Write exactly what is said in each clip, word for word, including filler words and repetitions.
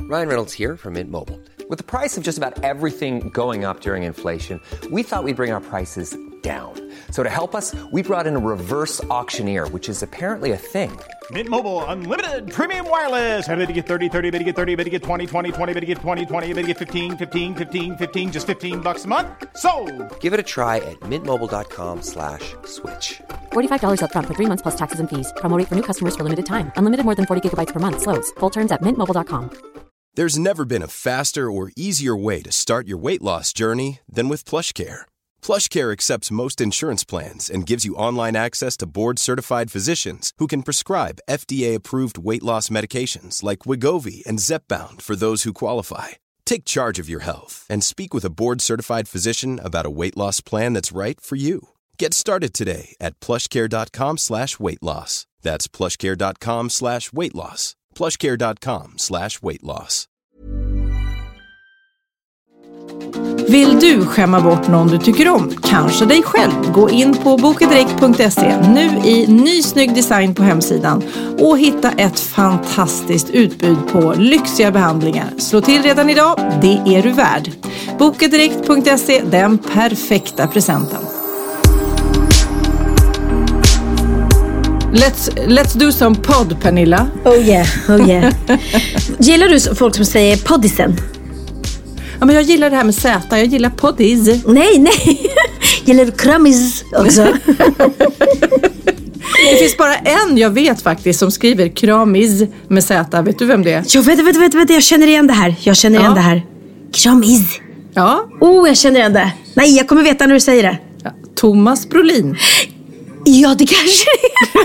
Ryan Reynolds here from Mint Mobile. With the price of just about everything going up during inflation, we thought we'd bring our prices down. So to help us, we brought in a reverse auctioneer, which is apparently a thing. Mint Mobile Unlimited Premium Wireless. How to get thirty, thirty, how to get thirty, how to get twenty, twenty, twenty, how to get twenty, twenty, how to get fifteen, fifteen, fifteen, fifteen, just fifteen bucks a month? Sold! Give it a try at mintmobile.com slash switch. forty-five dollars up front for three months plus taxes and fees. Promo rate for new customers for limited time. Unlimited more than forty gigabytes per month. Slows full terms at mint mobile dot com. There's never been a faster or easier way to start your weight loss journey than with PlushCare. PlushCare accepts most insurance plans and gives you online access to board-certified physicians who can prescribe F D A-approved weight loss medications like Wegovy and Zepbound for those who qualify. Take charge of your health and speak with a board-certified physician about a weight loss plan that's right for you. Get started today at plushcare.com slash weight loss. That's plushcare.com slash weight loss. plushcare.com slash weight loss. Vill du skämma bort någon du tycker om? Kanske dig själv? Gå in på bokadirekt punkt se nu i ny snygg design på hemsidan och hitta ett fantastiskt utbud på lyxiga behandlingar. Slå till redan idag, det är du värd. bokadirekt punkt se, den perfekta presenten. Let's, let's do some pod, Pernilla. Oh yeah, oh yeah. Gillar du folk som säger poddisen? Ja, men jag gillar det här med Z. Jag gillar poddis. Nej, nej. Gillar du kramis också? Det finns bara en jag vet faktiskt som skriver kramis med Z. Vet du vem det är? Jag vet, vet, vet, vet. Jag känner igen det här. Jag känner igen ja. det här. Kramis. Ja. Oh, jag känner igen det. Nej, jag kommer veta när du säger det. Ja. Thomas Brolin. Ja, det kanske är.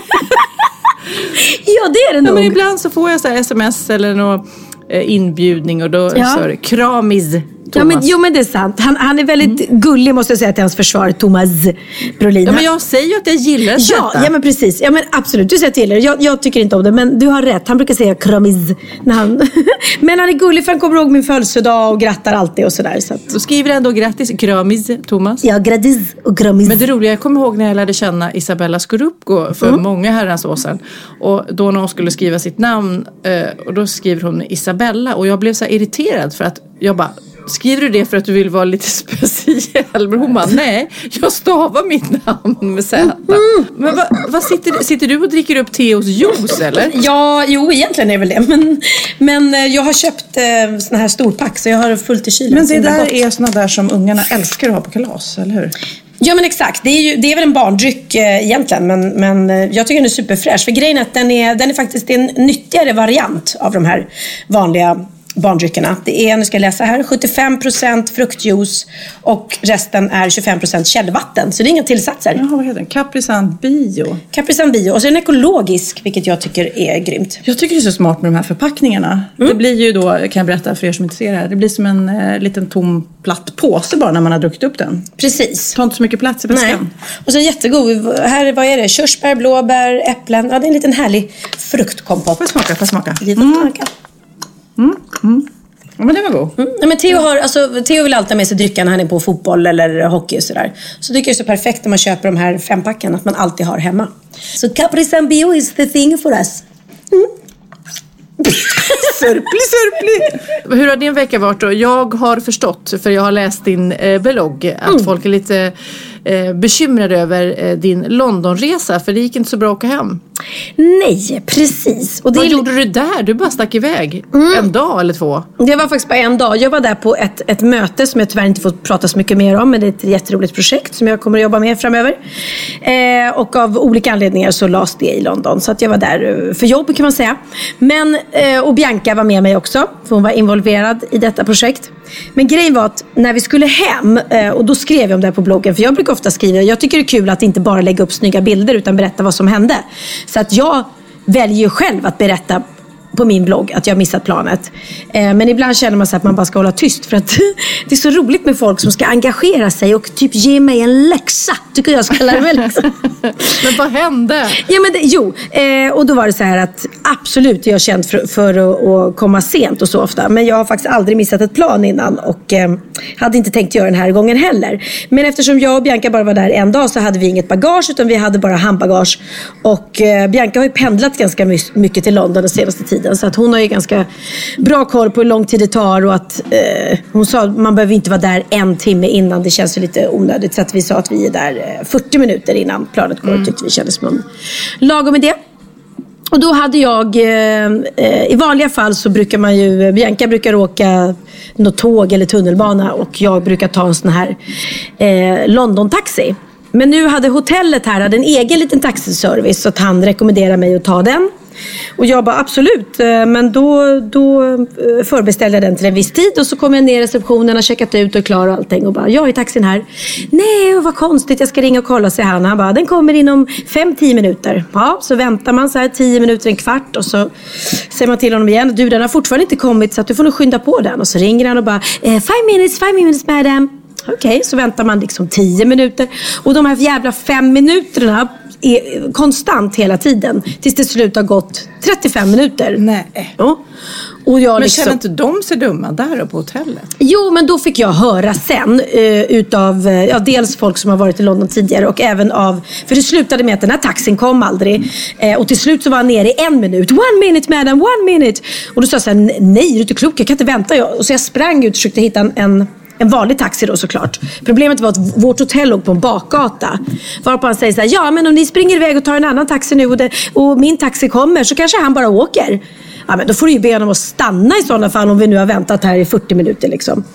Ja, det är det nog. Ja, men ibland så får jag så här sms eller någon inbjudning och då ja. så är det kramis Thomas. Ja, men, jo, men det är sant. Han, han är väldigt mm. gullig, måste jag säga, till hans försvar, Thomas Brolin. Ja, men jag säger ju att jag gillar Z. Ja, ja, men precis. Ja, men absolut. Du säger till det. Jag, jag tycker inte om det, men du har rätt. Han brukar säga kramis när han... Men han är gullig för han kommer ihåg min födelsedag och grattar alltid och sådär. Så att... Då skriver ändå grattis, kramis, Thomas. Ja, grattis och kramis. Men det roliga, jag kommer ihåg när jag lärde känna Isabella Skorupko för mm. många herrans år sedan. Och då när hon skulle skriva sitt namn, och då skriver hon Isabella. Och jag blev så här irriterad för att jag bara... Skriver du det för att du vill vara lite speciell? Men hon bara, nej, jag stavar mitt namn med Z. Mm. Men vad, vad sitter, sitter du och dricker upp Theos juice, eller? Ja, jo, egentligen är väl det. Men, men jag har köpt eh, såna här storpack, så jag har fullt i kylen. Men det där gott. Är såna där som ungarna älskar att ha på kalas, eller hur? Ja, men exakt. Det är, ju, det är väl en barndryck eh, egentligen, men, men jag tycker den är superfräsch. För grejen är att den är, den är faktiskt en nyttigare variant av de här vanliga barndryckerna. Det är, nu ska jag läsa här, sjuttiofem procent fruktjuice och resten är tjugofem procent källvatten. Så det är inga tillsatser. Jaha, vad heter den? Capri-Sun Bio. Capri-Sun Bio. Och så är den ekologisk, vilket jag tycker är grymt. Jag tycker det är så smart med de här förpackningarna. Mm. Det blir ju då, kan jag berätta för er som inte ser det här, det blir som en eh, liten tom platt påse bara när man har druckit upp den. Precis. Tar inte så mycket plats i väskan. Och så jättegod. Här, vad är det? Körsbär, blåbär, äpplen. Ja, det är en liten härlig fruktkompott. Får smaka, får smaka. Mm. Mm, mm. Ja, men det var god. Mm. Ja, men Theo, har, alltså, Theo vill alltid med sig drycka när han är på fotboll eller hockey och sådär. Så tycker jag det är så perfekt när man köper de här fempacken att man alltid har hemma. Så Capri-Sun Bio is the thing for us. Mm. Sörpli, sörpli. Hur har din vecka varit då? Jag har förstått, för jag har läst din eh, blogg, att mm. folk är lite eh, bekymrade över eh, din Londonresa, för det gick inte så bra att åka hem. Nej, precis. Och det Vad är... gjorde du där? Du bara stack iväg mm. en dag eller två. Det var faktiskt bara en dag. Jag var där på ett, ett möte som jag tyvärr inte fått prata så mycket mer om, men det är ett jätteroligt projekt som jag kommer att jobba med framöver. Eh, och av olika anledningar så lades det i London, så att jag var där för jobb, kan man säga. Men, eh, och Bianca var med mig också, för hon var involverad i detta projekt. Men grejen var att när vi skulle hem, eh, och då skrev jag om det här på bloggen, för jag brukar ofta skriva, jag tycker det är kul att inte bara lägga upp snygga bilder utan berätta vad som hände. Så att jag väljer ju själv att berätta på min blogg att jag missat planet. Eh, men ibland känner man så att man bara ska hålla tyst, för att det är så roligt med folk som ska engagera sig och typ ge mig en läxa, tycker jag ska lära mig läxa. Men vad hände? Ja, men det, jo, eh, och då var det så här att absolut, jag har känt för, för att, att komma sent och så ofta, men jag har faktiskt aldrig missat ett plan innan och eh, hade inte tänkt göra den här gången heller. Men eftersom jag och Bianca bara var där en dag så hade vi inget bagage, utan vi hade bara handbagage, och eh, Bianca har ju pendlat ganska mycket till London den senaste tiden. tiden. Så att hon har ju ganska bra koll på hur lång tid det tar. Och att eh, hon sa att man behöver inte vara där en timme innan. Det känns ju lite onödigt. Så att vi sa att vi är där fyrtio minuter innan planet går. Mm. Tyckte vi kändes som en lagom idé. Och då hade jag, eh, i vanliga fall så brukar man ju, Bianca brukar åka något tåg eller tunnelbana och jag brukar ta en sån här eh, London-taxi. Men nu hade hotellet här hade en egen liten taxiservice så att han rekommenderade mig att ta den. Och jag bara absolut, men då, då förbeställde jag den till en viss tid och så kom jag ner i receptionen och checkat ut och klar och allting och bara, jag är i taxin här. Nej, vad konstigt, jag ska ringa och kolla, sig han. Han bara, den kommer inom fem till tio minuter. Ja, så väntar man så här tio minuter, en kvart och så säger man till honom igen, du den har fortfarande inte kommit så att du får nog skynda på den. Och så ringer han och bara, five minutes, five minutes madam. Okej, okay, så väntar man liksom tio minuter och de här jävla fem minuterna är konstant hela tiden tills det slut har gått trettiofem minuter. Nej. Ja. Och jag men liksom... känner inte de sig dumma där på hotellet? Jo, men då fick jag höra sen uh, utav uh, ja, dels folk som har varit i London tidigare och även av, för det slutade med att den här taxin kom aldrig uh, och till slut så var han nere i en minut. One minute madam, one minute. Och då sa jag så här, nej, du är inte klok, jag kan inte vänta. Och så jag sprang ut och försökte hitta en, en En vanlig taxi då såklart. Problemet var att vårt hotell låg på en bakgata. Varpå han säger så här, ja men om ni springer iväg och tar en annan taxi nu och, det, och min taxi kommer så kanske han bara åker. Ja men då får du ju be honom att stanna i sådana fall om vi nu har väntat här i fyrtio minuter liksom.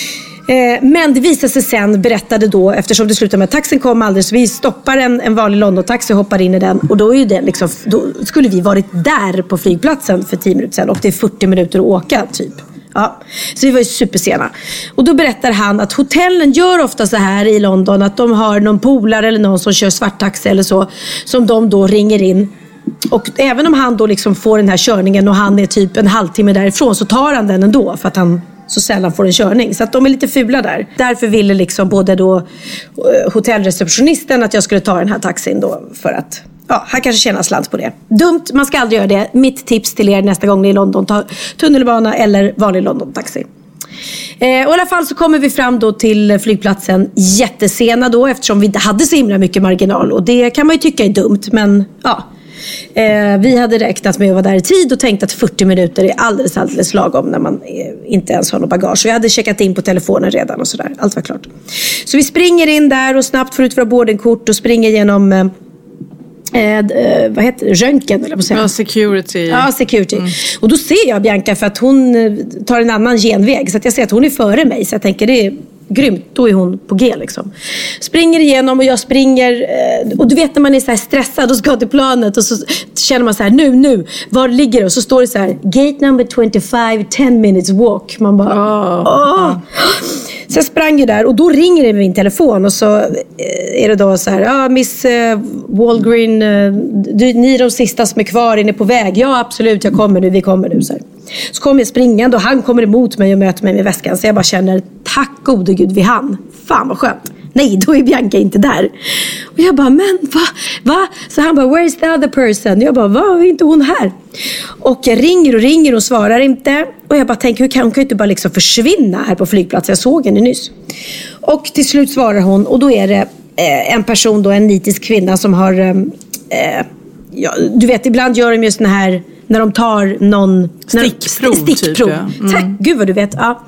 Eh, men det visade sig sen, berättade då, eftersom det slutade med att taxin kom aldrig så vi stoppar en, en vanlig London-taxi och hoppar in i den och då är ju det liksom, då skulle vi varit där på flygplatsen för tio minuter sedan och det är fyrtio minuter att åka typ. Ja, så vi var ju supersena. Och då berättar han att hotellen gör ofta så här i London att de har någon polare eller någon som kör svarttaxi eller så som de då ringer in. Och även om han då liksom får den här körningen och han är typ en halvtimme därifrån så tar han den ändå för att han så sällan får en körning. Så att de är lite fula där. Därför ville liksom både då hotellreceptionisten att jag skulle ta den här taxin då för att ja, han kanske tjänar slant på det. Dumt, man ska aldrig göra det. Mitt tips till er nästa gång ni är i London, ta tunnelbana eller vanlig London-taxi. Eh, och i alla fall så kommer vi fram då till flygplatsen jättesena då eftersom vi inte hade så himla mycket marginal. Och det kan man ju tycka är dumt, men ja. Eh, vi hade räknat med att vara där i tid och tänkt att fyrtio minuter är alldeles, alldeles lagom när man eh, inte ens har något bagage. Vi hade checkat in på telefonen redan och sådär. Allt var klart. Så vi springer in där och snabbt får ut våra boardingkort och springer genom... Eh, Eh, vad heter det? Röntgen eller vad säger jag? Ja, security. Ja, security. Mm. Och då ser jag Bianca för att hon tar en annan genväg. Så att jag ser att hon är före mig. Så jag tänker det är grymt. Då är hon på G liksom. Springer igenom och jag springer. Och du vet när man är så här stressad och ska till planet. Och så känner man så här, nu, nu. Var ligger det? Och så står det så här, gate number twenty-five, ten minutes walk. Man bara, åh. Oh. Oh. Så jag sprang ju där och då ringer det med min telefon och så är det då så här, ja ah, Miss uh, Walgreen, uh, du, ni är de sista som är kvar, är ni på väg? Ja absolut, jag kommer nu, vi kommer nu. Så, här. Så kommer jag springande och han kommer emot mig och möter mig med väskan så jag bara känner, tack gode gud vi hann, fan vad skönt. Nej, då är Bianca inte där. Och jag bara, men va? va? Så han bara, where's the other person? Jag bara, va? Är inte hon här? Och jag ringer och ringer och svarar inte. Och jag bara tänker, hur kan hon kan inte bara liksom försvinna här på flygplatsen? Jag såg henne nyss. Och till slut svarar hon. Och då är det eh, en person då, en nitisk kvinna som har... Eh, ja, du vet, ibland gör de ju såna här... När de tar någon... Stickprov, när, stickprov. Typ, ja. Mm. Tack, gud vad du vet. Ja.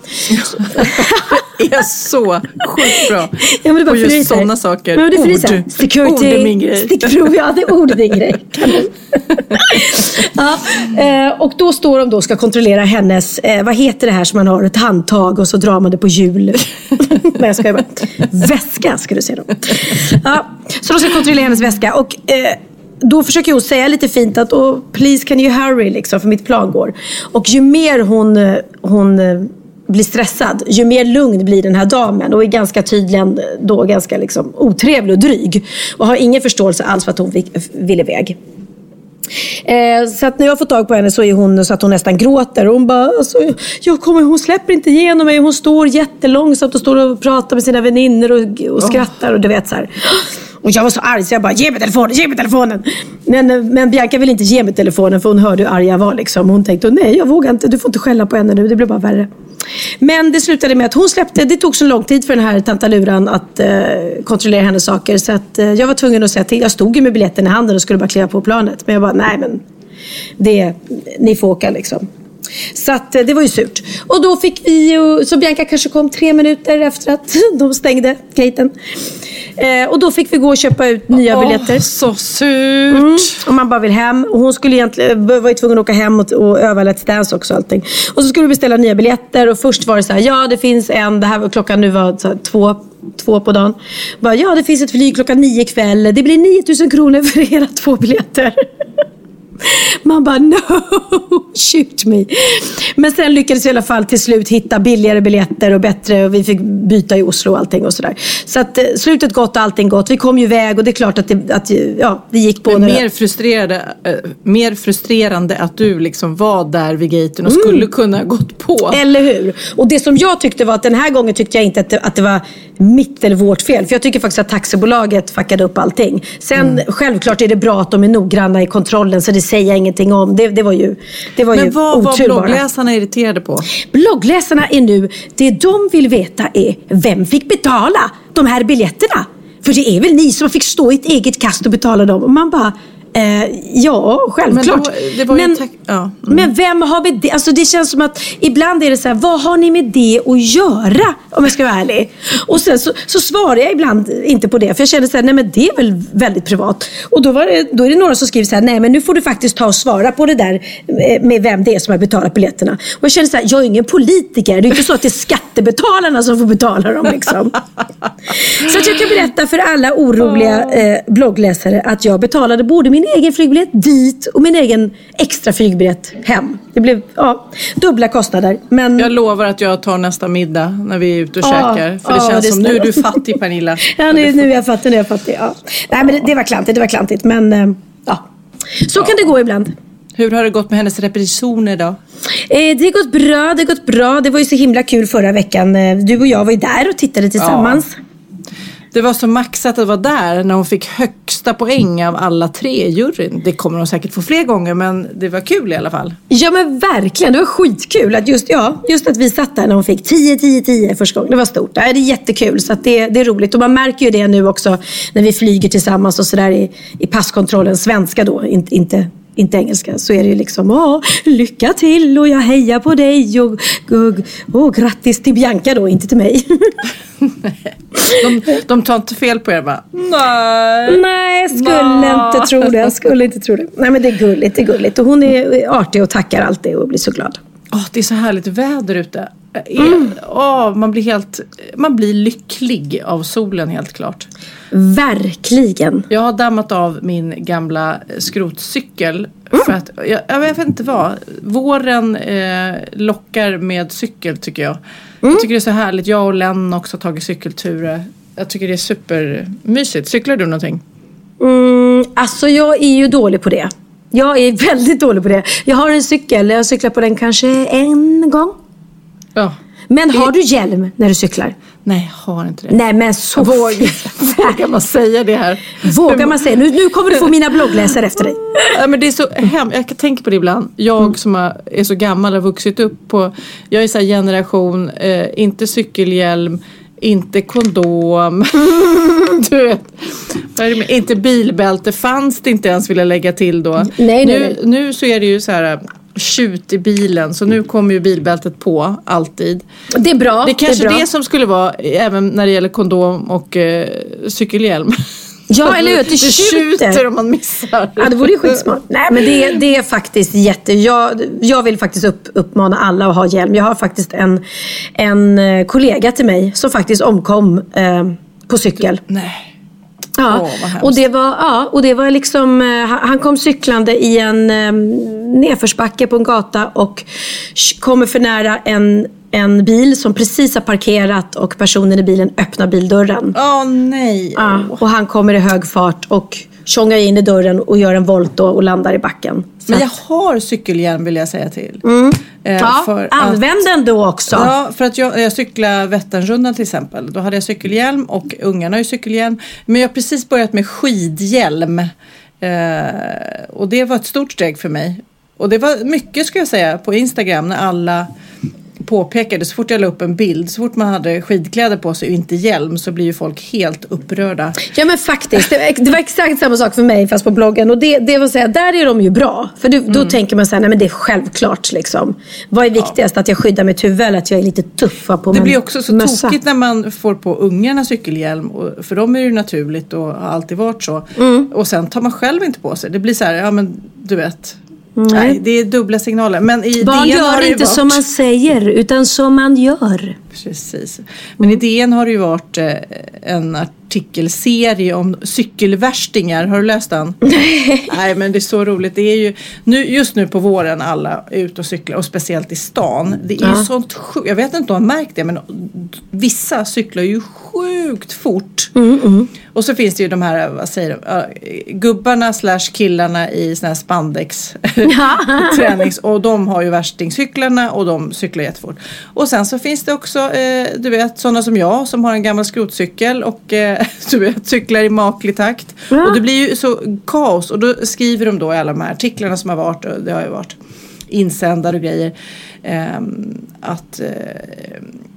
Det är så sjukt bra. Ja, men det på just sådana saker. Men det ord. Fryser. Security, ord är min grej. Stickprov, ja det är ord är din grej. Ja, och då står de då och ska kontrollera hennes, vad heter det här som man har, ett handtag och så drar man det på hjul. Men jag ska bara, väska ska du se då. Ja, så de ska kontrollera hennes väska och... Då försöker hon säga lite fint att oh, please can you hurry liksom, för mitt plan går. Och ju mer hon, hon blir stressad, ju mer lugn blir den här damen och är ganska tydligen då ganska liksom otrevlig och dryg och har ingen förståelse alls för att hon vill iväg. Eh, så att när jag får tag på henne så är hon så att hon nästan gråter och hon bara alltså, jag kommer, hon släpper inte igenom mig, hon står jättelångsamt och står och pratar med sina vänner och, och skrattar och du vet så här. Och jag var så arg så jag bara, ge mig telefonen, ge mig telefonen. Men, men Bianca ville inte ge mig telefonen för hon hörde hur arg jag var liksom. Hon tänkte, nej jag vågar inte, du får inte skälla på henne nu, det blir bara värre. Men det slutade med att hon släppte, det tog så lång tid för den här tantaluran att eh, kontrollera hennes saker. Så att eh, jag var tvungen att säga till, jag stod ju med biljetten i handen och skulle bara kliva på planet. Men jag bara, nej men det, ni får åka liksom. Så att det var ju surt. Och då fick vi ju, så Bianca kanske kom tre minuter efter att de stängde gaten. Eh, och då fick vi gå och köpa ut nya oh, biljetter. Så surt. Mm, och man bara vill hem. Och hon skulle egentligen, var ju tvungen att åka hem och, och öva Let's Dance också och allting. Och så skulle vi beställa nya biljetter. Och först var det så här, ja det finns en, det här var klockan nu var så här, två, två på dagen. Bara, ja det finns ett flyg klockan nio kväll. Det blir nio tusen kronor för era två biljetter. Man bara, no, shoot me. Men sen lyckades vi i alla fall till slut hitta billigare biljetter och bättre. Och vi fick byta i Oslo och allting och sådär. Så att slutet gott och allting gott. Vi kom ju iväg och det är klart att det, att, ja, det gick på. Men mer, frustrerade, äh, mer frustrerande att du liksom var där vid gaten och skulle mm. kunna gått på. Eller hur? Och det som jag tyckte var att den här gången tyckte jag inte att det, att det var mitt eller vårt fel. För jag tycker faktiskt att taxibolaget fuckade upp allting. Sen mm. självklart är det bra att de är noggranna i kontrollen så det säger jag ingenting om. Det, det var ju det var Men ju vad var bloggläsarna irriterade på? Bloggläsarna är nu, det de vill veta är vem fick betala de här biljetterna? För det är väl ni som fick stå i ett eget kast och betala dem. Och man bara, eh, ja, självklart. Men, då, det var men, ta- ja. mm. men vem har med det? Alltså det känns som att ibland är det så här, vad har ni med det att göra? Om jag ska vara ärlig. Och sen så, så svarar jag ibland inte på det. För jag känner så här, nej men det är väl väldigt privat. Och då, var det, då är det några som skriver så här, nej men nu får du faktiskt ta och svara på det där med vem det är som har betalat biljetterna. Och jag känner så här, jag är ingen politiker. Det är inte så att det är skattebetalarna som får betala dem liksom. Så att jag kan berätta för alla oroliga eh, bloggläsare att jag betalade både min egen flygbiljett dit och min egen extra flygbiljett hem. Det blev ja, dubbla kostnader. Men... Jag lovar att jag tar nästa middag när vi är ute och ja, käkar. För det ja, känns det som nu är du fattig, Pernilla. Ja, nu, nu är jag fattig, nu är jag fattig. Ja. Nej, men det, det var klantigt, det var klantigt. Men eh, ja, så ja. kan det gå ibland. Hur har det gått med hennes repetitioner då? Eh, det har gått bra, det har gått bra. Det var ju så himla kul förra veckan. Du och jag var ju där och tittade tillsammans. Ja. Det var så maxat att vara där när hon fick högsta poäng av alla tre i juryn. Det kommer hon säkert få fler gånger, men det var kul i alla fall. Ja men verkligen, det var skitkul att just, ja, just att vi satt där när hon fick tio, tio, tio första gången. Det var stort, det är jättekul så att det, det är roligt. Och man märker ju det nu också när vi flyger tillsammans och sådär i, i passkontrollen, svenska då, inte... inte inte engelska, så är det ju liksom åh, lycka till och jag hejar på dig och, och, och grattis till Bianca då, inte till mig. de, de tar inte fel på er va? Nej. Nej, skulle Nej. inte tro det. Skulle inte tro det. Nej men det är gulligt, det är gulligt. Och hon är artig och tackar alltid och blir så glad. Oh, det är så härligt väder ute. Mm. Oh, man blir helt man blir lycklig av solen helt klart. Verkligen. Jag har dammat av min gamla skrotcykel mm. för att jag, jag vet inte vad. Våren eh, lockar med cykel tycker jag. Mm. Jag tycker det är så härligt. Jag och Len också har tagit cykelturer. Jag tycker det är supermysigt. Cyklar du någonting? Mm, alltså jag är ju dålig på det. Jag är väldigt dålig på det. Jag har en cykel. Jag cyklar på den kanske en gång. Ja. Men har du hjälm när du cyklar? Nej, jag har inte det. Nej, men så vågar, vågar man säga det här? Vågar man säga? Nu, nu kommer du få mina bloggläsare efter dig. Ja, men det är så hem. Jag kan tänka på det ibland. Jag mm. som är så gammal har vuxit upp på... Jag är så här generation, eh, inte cykelhjälm, inte kondom. Du vet. Inte bilbälte. Fanns det inte ens, vill jag lägga till då. Nej, nu, nej, nej. nu så är det ju så här... tjut i bilen, så nu kommer ju bilbältet på alltid. Det är bra. Det är kanske det, är bra. det som skulle vara även när det gäller kondom och eh, cykelhjälm. Ja, eller hur? Det, det tjuter om man missar. Ja, det vore ju skitsmart. Nej, men det, det är faktiskt jätte... Jag, jag vill faktiskt upp, uppmana alla att ha hjälm. Jag har faktiskt en, en kollega till mig som faktiskt omkom eh, på cykel. Nej. Ja, oh, och det var ja, och det var liksom han kom cyklande i en um, nedförsbacke på en gata och kommer för nära en en bil som precis har parkerat och personen i bilen öppnar bildörren. Åh oh, nej. Ja, och han kommer i hög fart och tjongar in i dörren och gör en volt då och landar i backen. Så men jag har cykelhjälm vill jag säga till. Mm. Eh, ja, för använd att, den då också. Ja, för att jag, jag cyklar Vätternrundan till exempel. Då hade jag cykelhjälm och ungarna har ju cykelhjälm. Men jag har precis börjat med skidhjälm. Eh, och det var ett stort steg för mig. Och det var mycket ska jag säga på Instagram när alla påpekade, så fort jag la upp en bild, så fort man hade skidkläder på sig och inte hjälm, så blir ju folk helt upprörda. Ja men faktiskt, det var, det var exakt samma sak för mig fast på bloggen. Och det, det var säga, där är de ju bra. För du, då mm. tänker man så här, nej men det är självklart liksom. Vad är viktigast, ja. Att jag skyddar mitt huvud eller att jag är lite tuffa på det min blir också så mössa. Tokigt när man får på ungarna cykelhjälm. Och för dem är det ju naturligt och har alltid varit så. Mm. Och sen tar man själv inte på sig. Det blir så här, ja men du vet... Mm. Nej, det är dubbla signaler. Men i barn D N gör har det inte varit... som man säger, utan som man gör. Precis. Men mm. i D N har det ju varit eh, en artikelserie om cykelvärstingar. Har du läst den? Nej. Nej, men det är så roligt. Det är ju nu, just nu på våren alla är ute och cyklar, och speciellt i stan. Det är ja. ju sånt sjukt. Jag vet inte om man märkt det, men vissa cyklar ju sjukt fort. Mm, mm. Och så finns det ju de här, vad säger de, uh, gubbarna slash killarna i såna här spandex tränings, och de har ju värstingcyklarna och de cyklar jättefort. Och sen så finns det också, eh, du vet, sådana som jag som har en gammal skrotcykel och eh, du vet, cyklar i maklig takt. Ja. Och det blir ju så kaos, och då skriver de då i alla de här artiklarna som har varit, och det har ju varit insändare och grejer, eh, att eh,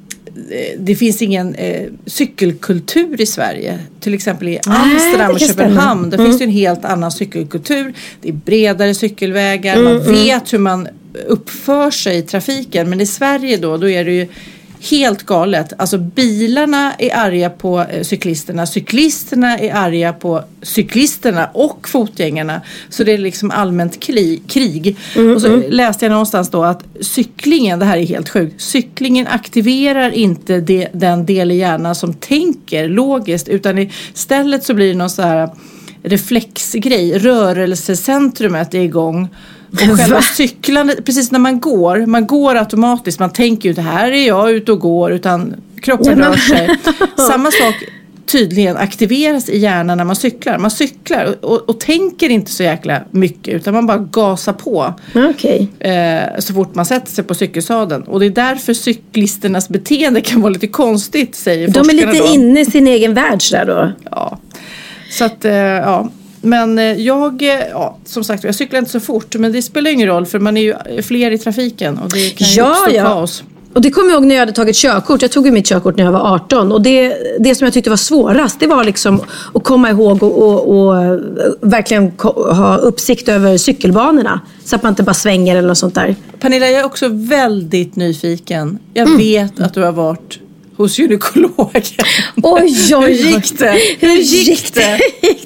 det finns ingen eh, cykelkultur i Sverige. Till exempel i Amsterdam och Köpenhamn. Där mm. finns det en helt annan cykelkultur. Det är bredare cykelvägar. Mm, man vet mm. hur man uppför sig i trafiken. Men i Sverige då, då är det ju helt galet. Alltså bilarna är arga på eh, cyklisterna. Cyklisterna är arga på cyklisterna och fotgängarna. Så det är liksom allmänt kli, krig. Mm, och så mm. läste jag någonstans då att cyklingen, det här är helt sjukt. Cyklingen aktiverar inte det, den del i hjärnan som tänker logiskt. Utan istället så blir det någon så här reflexgrej. Rörelsecentrumet är igång. Och själva cyklande, precis när man går, man går automatiskt, man tänker ju inte här är jag ute och går, utan kroppen rör sig. Samma sak tydligen aktiveras i hjärnan när man cyklar. Man cyklar och, och, och tänker inte så jäkla mycket, utan man bara gasar på. Okay. Eh, så fort man sätter sig på cykelsadeln. Och det är därför cyklisternas beteende kan vara lite konstigt, säger forskarna. De är lite då. inne i sin egen värld där då. Ja, så att, eh, ja... Men jag, ja, som sagt, jag cyklar inte så fort, men det spelar ingen roll för man är ju fler i trafiken och det kan ju ja, uppstå ja. kaos. Och det kommer jag ihåg när jag hade tagit körkort. Jag tog ju mitt körkort när jag var arton. Och det, det som jag tyckte var svårast, det var liksom att komma ihåg och, och, och verkligen ha uppsikt över cykelbanorna. Så att man inte bara svänger eller något sånt där. Pernilla, jag är också väldigt nyfiken. Jag mm. vet att du har varit hos gynekologen. Oj, oj, Hur gick det? Hur gick det?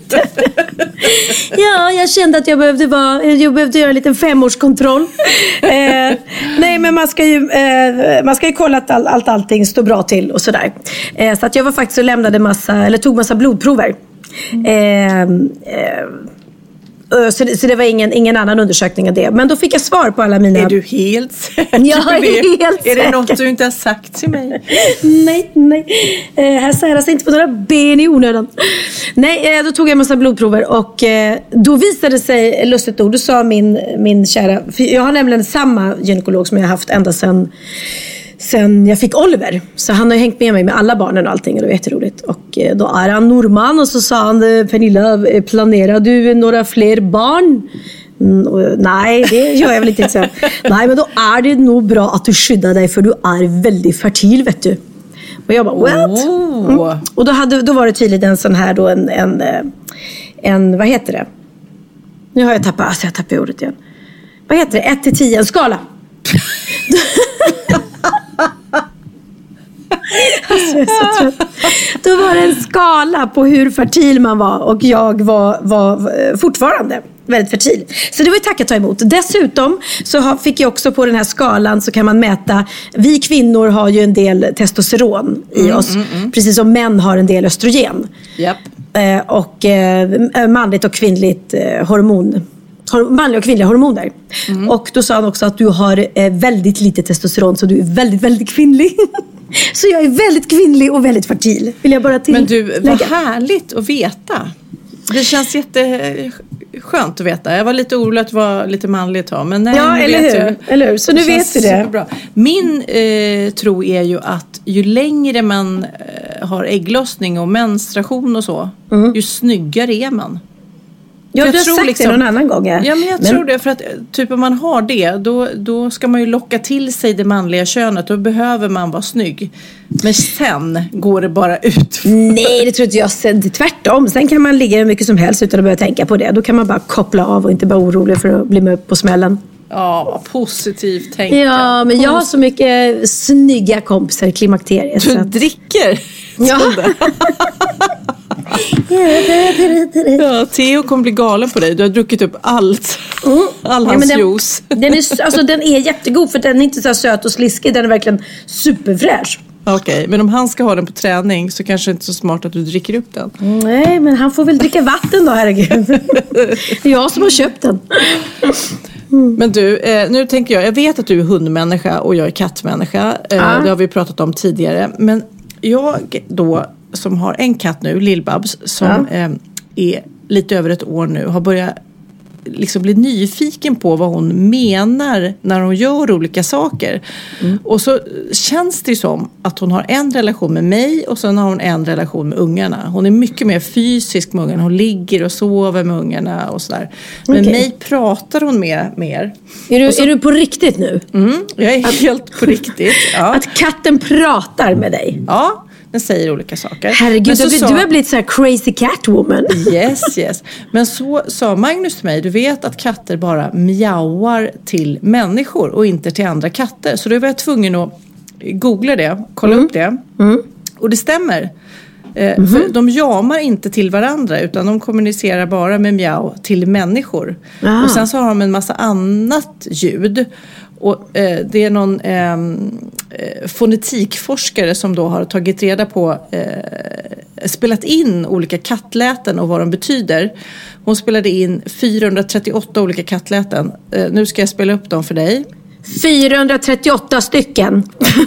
Ja, jag kände att jag behövde, vara, jag behövde göra en liten femårskontroll. eh, nej, men man ska ju, eh, man ska ju kolla att all, allt, allting står bra till och sådär. Eh, så att jag var faktiskt och lämnade massa, eller tog massa blodprover. Eh, eh, Så det, så det var ingen, ingen annan undersökning än det. Men då fick jag svar på alla mina... Är du helt säker? Jag är det? helt Är det säker. något du inte har sagt till mig? Nej, nej. Eh, här säras inte på några ben i onödan. Nej, eh, då tog jag en massa blodprover. Och eh, då visade det sig, lustigt ord, då sa min, min kära... För jag har nämligen samma gynekolog som jag har haft ända sedan... Sen jag fick Oliver. Så han har ju hängt med mig med alla barnen och allting. Och det var jätteroligt. Och då är han norrman. Och så sa han, Pernilla, planerar du några fler barn? Mm, och, nej, det gör jag väl inte. Så. Nej, men då är det nog bra att du skyddar dig. För du är väldigt fertil, vet du. Och jag bara, what? Mm. Och då, hade, då var det tydligen en sån här då en, en, en, vad heter det? Nu har jag tappat, alltså jag tappar ordet igen. Vad heter det? ett till tio, en skala. Alltså jag är så trött. Då var det en skala på hur fertil man var. Och jag var, var fortfarande väldigt fertil. Så det var ju tack att ta emot. Dessutom så fick jag också på den här skalan, så kan man mäta. Vi kvinnor har ju en del testosteron i mm, oss. Mm, mm. Precis som män har en del östrogen. Yep. eh, Och eh, manligt och kvinnligt eh, hormon manliga och kvinnliga hormoner. Mm. Och då sa han också att du har eh, väldigt lite testosteron, så du är väldigt, väldigt kvinnlig. Så jag är väldigt kvinnlig och väldigt fertil. Vill jag bara till. Men du, vad härligt att veta. Det känns jätteskönt att veta. Jag var lite orolig att det var lite manligt ha, men nej, ja, nu eller vet hur? Jag. Eller hur? Så nu vet vi det. Bra. Min eh, tro är ju att ju längre man eh, har ägglossning och menstruation och så, mm. ju snyggare är man. Ja, jag du har tror sagt liksom, det någon annan gång. Ja, ja men jag men... tror det. För att typ om man har det, då, då ska man ju locka till sig det manliga könet. Då behöver man vara snygg. Men sen går det bara ut. Nej, det tror inte jag. Sen, tvärtom. Sen kan man ligga hur mycket som helst utan att börja tänka på det. Då kan man bara koppla av och inte vara orolig för att bli med på smällen. Ja, positivt tänka. Ja, men jag har så mycket snygga kompisar i klimakteriet. Du så att... dricker? Ja. Ja, Theo kommer bli galen på dig. Du har druckit upp allt. Mm. All hans ja, den, juice. Den är, alltså, den är jättegod för den är inte så söt och sliskig. Den är verkligen superfräsch. Okej, okay, men om han ska ha den på träning så kanske det inte är så smart att du dricker upp den. Nej, men han får väl dricka vatten då, herregud. Det är jag som har köpt den. Mm. Men du, eh, nu tänker jag, jag vet att du är hundmänniska och jag är kattmänniska. Eh, ah. Det har vi pratat om tidigare. Men jag då, som har en katt nu, Lill-Babs, som ah. eh, är lite över ett år nu, har börjat liksom bli nyfiken på vad hon menar när hon gör olika saker. Mm. Och så känns det som att hon har en relation med mig och sen har hon en relation med ungarna. Hon är mycket mer fysisk med ungarna. Hon ligger och sover med ungarna och sådär. Med okay. mig pratar hon med mer. Är du, så, är du på riktigt nu? Mm, jag är att, helt på riktigt. Ja. Att katten pratar med dig? Ja. Den säger olika saker. Herregud, så du, sa, du har blivit så här crazy cat woman. Yes, yes. Men så sa Magnus till mig, du vet att katter bara mjauar till människor och inte till andra katter. Så då var jag tvungen att googla det, kolla mm. upp det. Mm. Och det stämmer. Eh, mm-hmm. För de jamar inte till varandra utan de kommunicerar bara med mjau till människor. Aha. Och sen så har de en massa annat ljud. Och eh, det är någon eh, fonetikforskare som då har tagit reda på eh, spelat in olika kattläten och vad de betyder. Hon spelade in fyrahundratrettioåtta olika kattläten. Eh, nu ska jag spela upp dem för dig. fyrahundratrettioåtta stycken.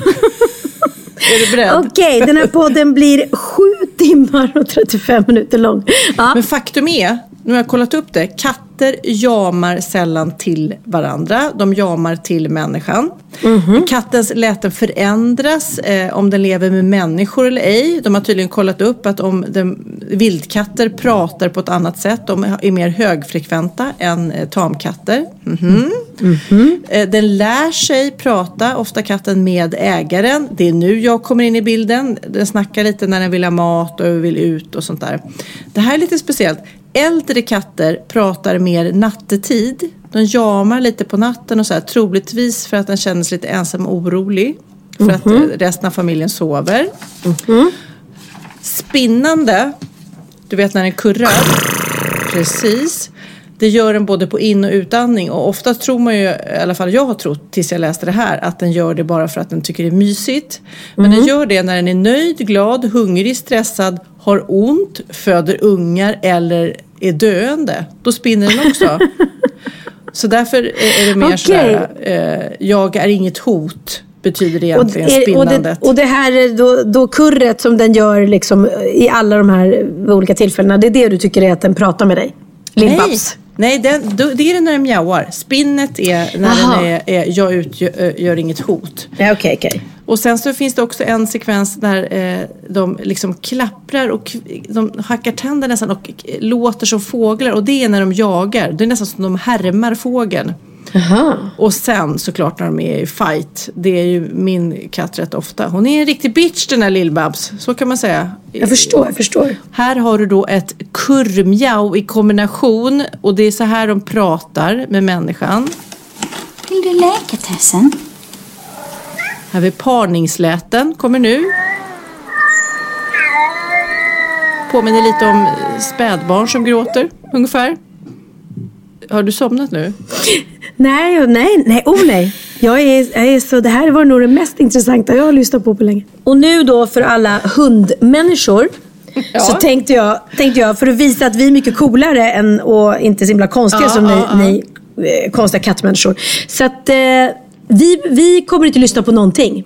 Är du beredd? Okej, okay, den här podden blir sju timmar och trettiofem minuter lång. Ja. Men faktum är, nu har jag kollat upp det, katter jamar sällan till varandra. De jamar till människan. Mm-hmm. Kattens läten förändras eh, om den lever med människor eller ej. De har tydligen kollat upp att om den, vildkatter pratar på ett annat sätt, de är mer högfrekventa än eh, tamkatter. Mm-hmm. Mm-hmm. Eh, den lär sig prata, ofta katten med ägaren. Det är nu jag kommer in i bilden. Den snackar lite när den vill ha mat och vill ut och sånt där. Det här är lite speciellt. Äldre katter pratar mer nattetid. De jamar lite på natten och så här, troligtvis för att den känner sig lite ensam och orolig. För mm-hmm. att resten av familjen sover. Mm-hmm. Spinnande, du vet när den kurrar. Precis. Det gör den både på in- och utandning. Och ofta tror man ju, i alla fall jag har trott tills jag läste det här, att den gör det bara för att den tycker det är mysigt. Men mm. den gör det när den är nöjd, glad, hungrig, stressad, har ont, föder ungar eller är döende. Då spinner den också. Så därför är det mer okay. sådär, eh, jag är inget hot, betyder det egentligen och, är, spinnandet. Och det, och det här då, då kurret som den gör liksom i alla de här olika tillfällena, det är det du tycker är att den pratar med dig? Lill-Babs. Nej, den, då, det är det när den mjauar. Spinnet är när Aha. den är, är jag utgör gör inget hot. Ja, okej, okay, okej. Okay. Och sen så finns det också en sekvens där eh, de liksom klapprar och de hackar tänder nästan och låter som fåglar. Och det är när de jagar. Det är nästan som de härmar fågeln. Aha. Och sen såklart när de är i fight. Det är ju min katt rätt ofta. Hon är en riktig bitch, den här Lill-Babs. Så kan man säga. Jag förstår, jag förstår. Här har du då ett kurrmjau i kombination. Och det är så här de pratar med människan. Vill du leka, Tessen? Här har vi parningsläten. Kommer nu. Påminner lite om spädbarn som gråter. Ungefär. Har du somnat nu? Nej, nej, nej, oh nej. Jag är, jag är så, det här var nog det mest intressanta jag har lyssnat på på länge. Och nu då för alla hundmänniskor ja. så tänkte jag, tänkte jag, för att visa att vi är mycket coolare än, och inte så himla konstiga ja, som ja, ni, ja. ni eh, konstiga kattmänniskor. Så att eh, vi, vi kommer inte lyssna på någonting.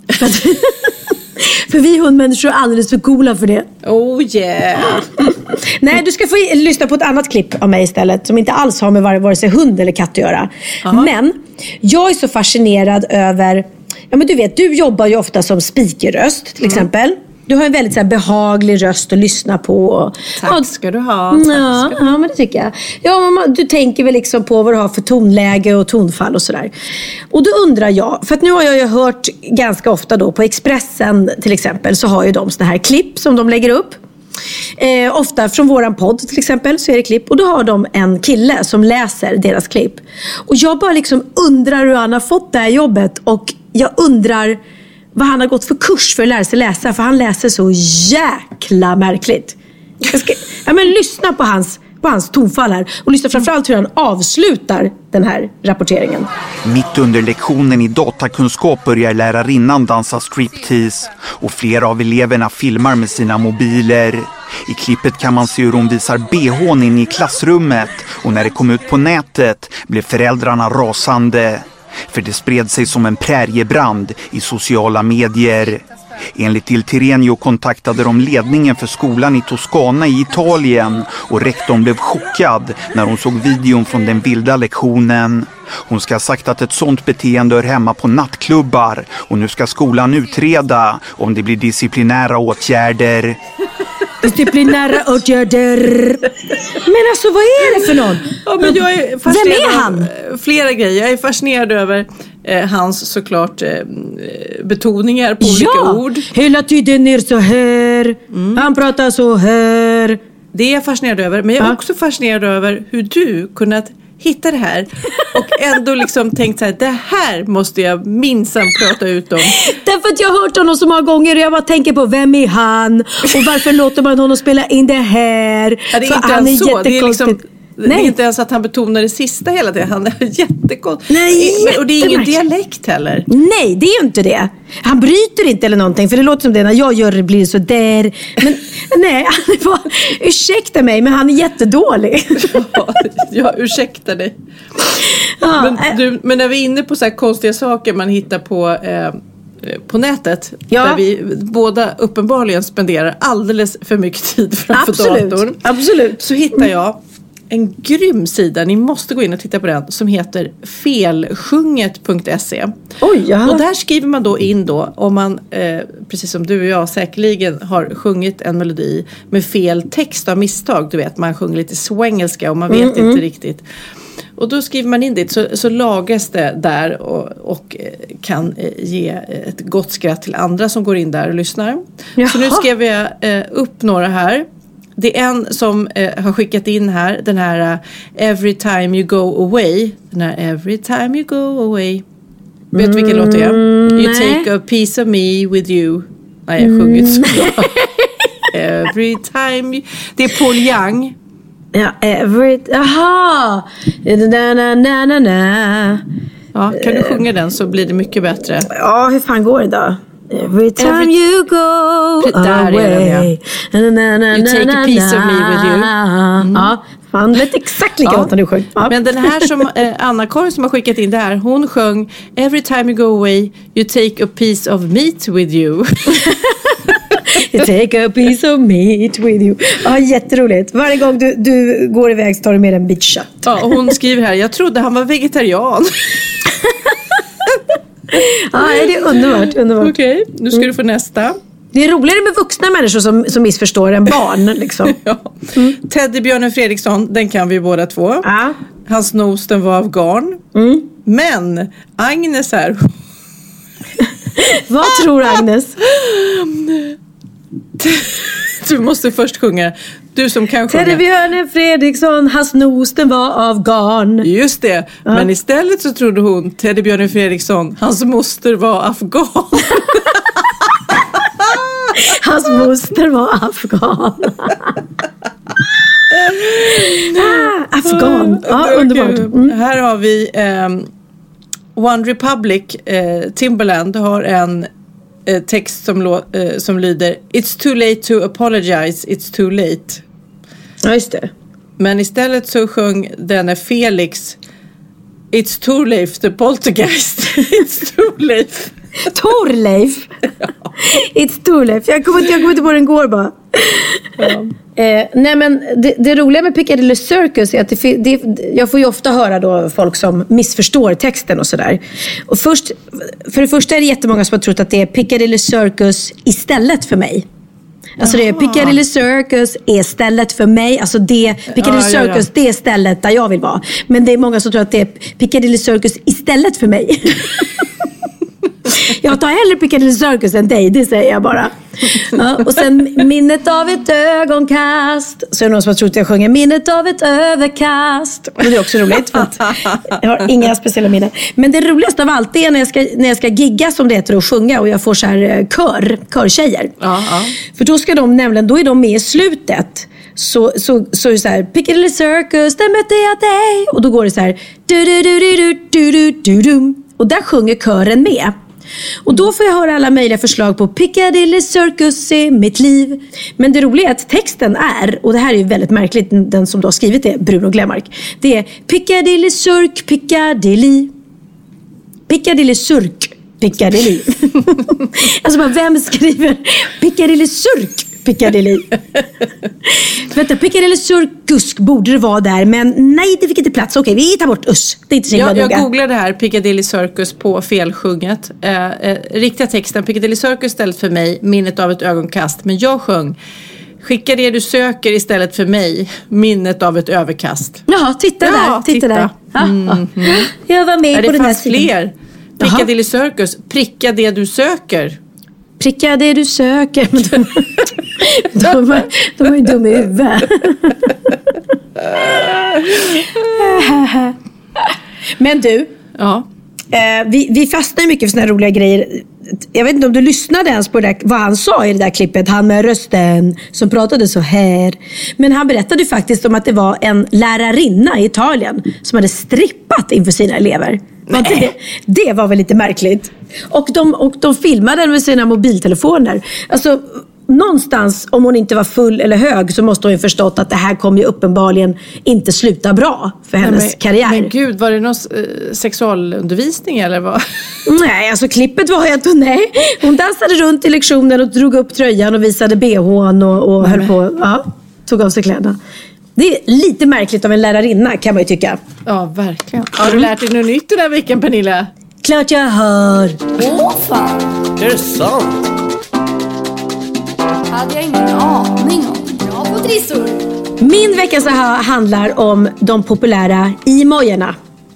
För vi hundmänniskor är alldeles för coola för det. Oh yeah. Nej, du ska få lyssna på ett annat klipp av mig istället. Som inte alls har med vare sig hund eller katt att göra. Aha. Men jag är så fascinerad över... Ja, men du vet, du jobbar ju ofta som speakerröst till exempel. Mm. du har en väldigt så här, behaglig röst att lyssna på. Tack ska du ha. Tack ja, ska du. ja, men det tycker jag. Ja, man, du tänker väl liksom på vad du har för tonläge och tonfall och sådär. Och då undrar jag, för att nu har jag ju hört ganska ofta då på Expressen till exempel, så har ju de såna här klipp som de lägger upp. Eh, ofta från våran podd till exempel så är det klipp. Och då har de en kille som läser deras klipp. Och jag bara liksom undrar hur han har fått det här jobbet. Och jag undrar vad han har gått för kurs för att lära sig läsa. För han läser så jäkla märkligt. Jag ska, ja, men lyssna på hans, på hans tonfall här. Och lyssna framförallt hur han avslutar den här rapporteringen. Mitt under lektionen i datakunskap börjar lärarinnan dansa striptease. Och flera av eleverna filmar med sina mobiler. I klippet kan man se hur hon visar B H:n in i klassrummet. Och när det kom ut på nätet blev föräldrarna rasande. För det spred sig som en präriebrand i sociala medier. Enligt Il Tirreno kontaktade de ledningen för skolan i Toscana i Italien och rektorn blev chockad när hon såg videon från den vilda lektionen. Hon ska ha sagt att ett sånt beteende hör hemma på nattklubbar och nu ska skolan utreda om det blir disciplinära åtgärder. Disciplinära åtgärder. Men alltså vad är det för någon? Ja, men jag är Vem är han? Flera grejer. Jag är fascinerad över eh, hans såklart eh, betoningar på olika ja, ord. Hela tiden är så här. Mm. Han pratar så här. Det är jag fascinerad över. Men jag är ja. också fascinerad över hur du kunnat hitta det här och ändå liksom tänkt så här, det här måste jag minsann prata ut om. Därför att jag har hört honom så många gånger och jag bara tänker på vem är han och varför låter man honom spela in det här? Ja, det är för inte han är så. Det är liksom, Nej. det är inte ens att han betonar det sista hela tiden. Han är jättekonstigt. Nej, och det är ingen dialekt heller. Nej, det är ju inte det. Han bryter inte eller någonting. För det låter som det när jag gör det blir så där. Men nej, han är bara, ursäkta mig, men han är jättedålig. Ja, jag ursäktar dig. Ja, men, du, men när vi är inne på så här konstiga saker man hittar på... Eh, på nätet, ja. Där vi båda uppenbarligen spenderar alldeles för mycket tid framför Absolut. datorn. Absolut. Så hittar jag en grym sida, ni måste gå in och titta på den, som heter felsjunget punkt se. Oj, ja. Och där skriver man då in då, om man, eh, precis som du och jag säkerligen har sjungit en melodi med fel text av misstag, du vet, man sjunger lite swengelska och man vet mm, inte mm. riktigt. Och då skriver man in det, så, så lagas det där och, och kan ge ett gott skratt till andra som går in där och lyssnar. Jaha. Så nu skrev jag eh, upp några här. Det är en som eh, har skickat in här, den här uh, Every time you go away. Den här Every time you go away. Vet du vilken låt det är? You nej. take a piece of me with you. Nej, jag sjunger inte så bra. Every time you... Det är Paul Young. Ja, every... Aha! Na, na, na, na, na. Ja, kan du sjunga den så blir det mycket bättre. Ja, hur fan går det då? Every time every... you go där away är den, ja. na, na, You take a piece of me with you. Mm. Ja, fan, lät exakt likadant när du sjöng. Ja. Men den här som eh, Anna-Karin som har skickat in det här, hon sjöng Every time you go away you take a piece of meat with you. You take a piece of meat with you. Ja, jätteroligt. Varje gång du, du går iväg så tar du med en bit kött. Ja, och hon skriver här, jag trodde han var vegetarian. Ja, det är underbart, underbart. Okej, okay, nu ska du få nästa. Det är roligare med vuxna människor som, som missförstår än barn liksom. Ja. Mm. Teddybjörnen Fredriksson, den kan vi båda två. Ja. Hans nos, den var av garn. Mm. Men Agnes här. Vad tror Agnes? Du måste först sjunga. Du som kan sjunga. Teddybjörnen Fredriksson, hans nos, den var av garn. Just det, ja. Men istället så trodde hon Teddybjörnen Fredriksson, hans moster var afghan. Hans moster var afghan. ah, afghan, ja, okay. Underbart. Mm. Här har vi um, One Republic, uh, Timbaland har en uh, text som, lo- uh, som lyder It's too late to apologize, it's too late. Ja, just det. Men istället så sjöng denne Felix It's too late, the poltergeist. It's too late. Torleif. Ja. It's too late. Jag kommer inte, jag kommer inte på den går bara. Ja. Eh, nej men det, det roliga med Piccadilly Circus är att det, det, jag får ju ofta höra då folk som missförstår texten och sådär. Och först, för det första är det jättemånga som har trott att det är Piccadilly Circus istället för mig. Alltså det är Piccadilly Circus är stället för mig. Alltså det, Piccadilly ja, ja, Circus ja. det är stället där jag vill vara. Men det är många som tror att det är Piccadilly Circus istället för mig. Jag tar hellre Piccadilly Circus än dig, det säger jag bara. Ja, och sen minnet av ett ögonkast. Så är det någon som har trott att jag sjunger minnet av ett överkast. Och det är också roligt för att jag har inga speciella minnen. Men det roligaste av allt är när jag ska, när jag ska gigga som det heter och sjunga. Och jag får så här kör, körtjejer. Ja, ja. För då ska de nämligen, då är de med i slutet. Så, så, så är det så här Piccadilly Circus, där mötte jag dig. Och då går det så här du, du, du, du, du, du, du, du. Och där sjunger kören med. Och då får jag höra alla möjliga förslag på Piccadilly Circus i mitt liv. Men det roliga är att texten är, och det här är ju väldigt märkligt, den som då har skrivit det, Bruno Glenmark. Det är Piccadilly Cirk, Piccadilly Piccadilly Cirk, Piccadilly. Alltså bara, vem skriver Piccadilly Cirk, Piccadilly? Vänta, Piccadilly Circus borde det vara där. Men nej, det fick inte plats. Okej, vi tar bort us. Det är inte så jag, noga. jag googlade här Piccadilly Circus på felsjunget. eh, eh, Riktiga texten Piccadilly Circus stället för mig, minnet av ett ögonkast. Men jag sjöng skicka det du söker istället för mig, minnet av ett överkast. Jaha, titta Ja, där, titta, titta. där. Ja, Mm. ja. Jag var med Är på det den här fanns sidan. fler? Piccadilly Circus, pricka det du söker. Pricka det du söker. Men de, de, var, de var ju dumma i huvudet. Men du, Ja. eh, vi, vi fastnar ju mycket för såna här roliga grejer. Jag vet inte om du lyssnade ens på det där, vad han sa i det där klippet. Han med rösten som pratade så här. Men han berättade ju faktiskt om att det var en lärarinna i Italien som hade strippat inför sina elever. Var det, det var väl lite märkligt. Och de, och de filmade med sina mobiltelefoner. Alltså någonstans, om hon inte var full eller hög, så måste hon ju förstått att det här kommer ju uppenbarligen inte sluta bra för hennes Nej, men, karriär. Men gud, var det någon eh, sexualundervisning eller vad? Nej, alltså klippet var ju att hon, nej, hon dansade runt i lektionen och drog upp tröjan och visade bhn och, och höll på, ja, tog av sig kläderna. Det är lite märkligt av en lärarinna, kan man ju tycka. Ja, verkligen. Har du lärt dig något nytt den här veckan, Pernilla? Klart jag har. Åh fan, Är det sant? hade jag ingen aning om. Bra på trissor. Min veckas aha handlar om de populära emojierna.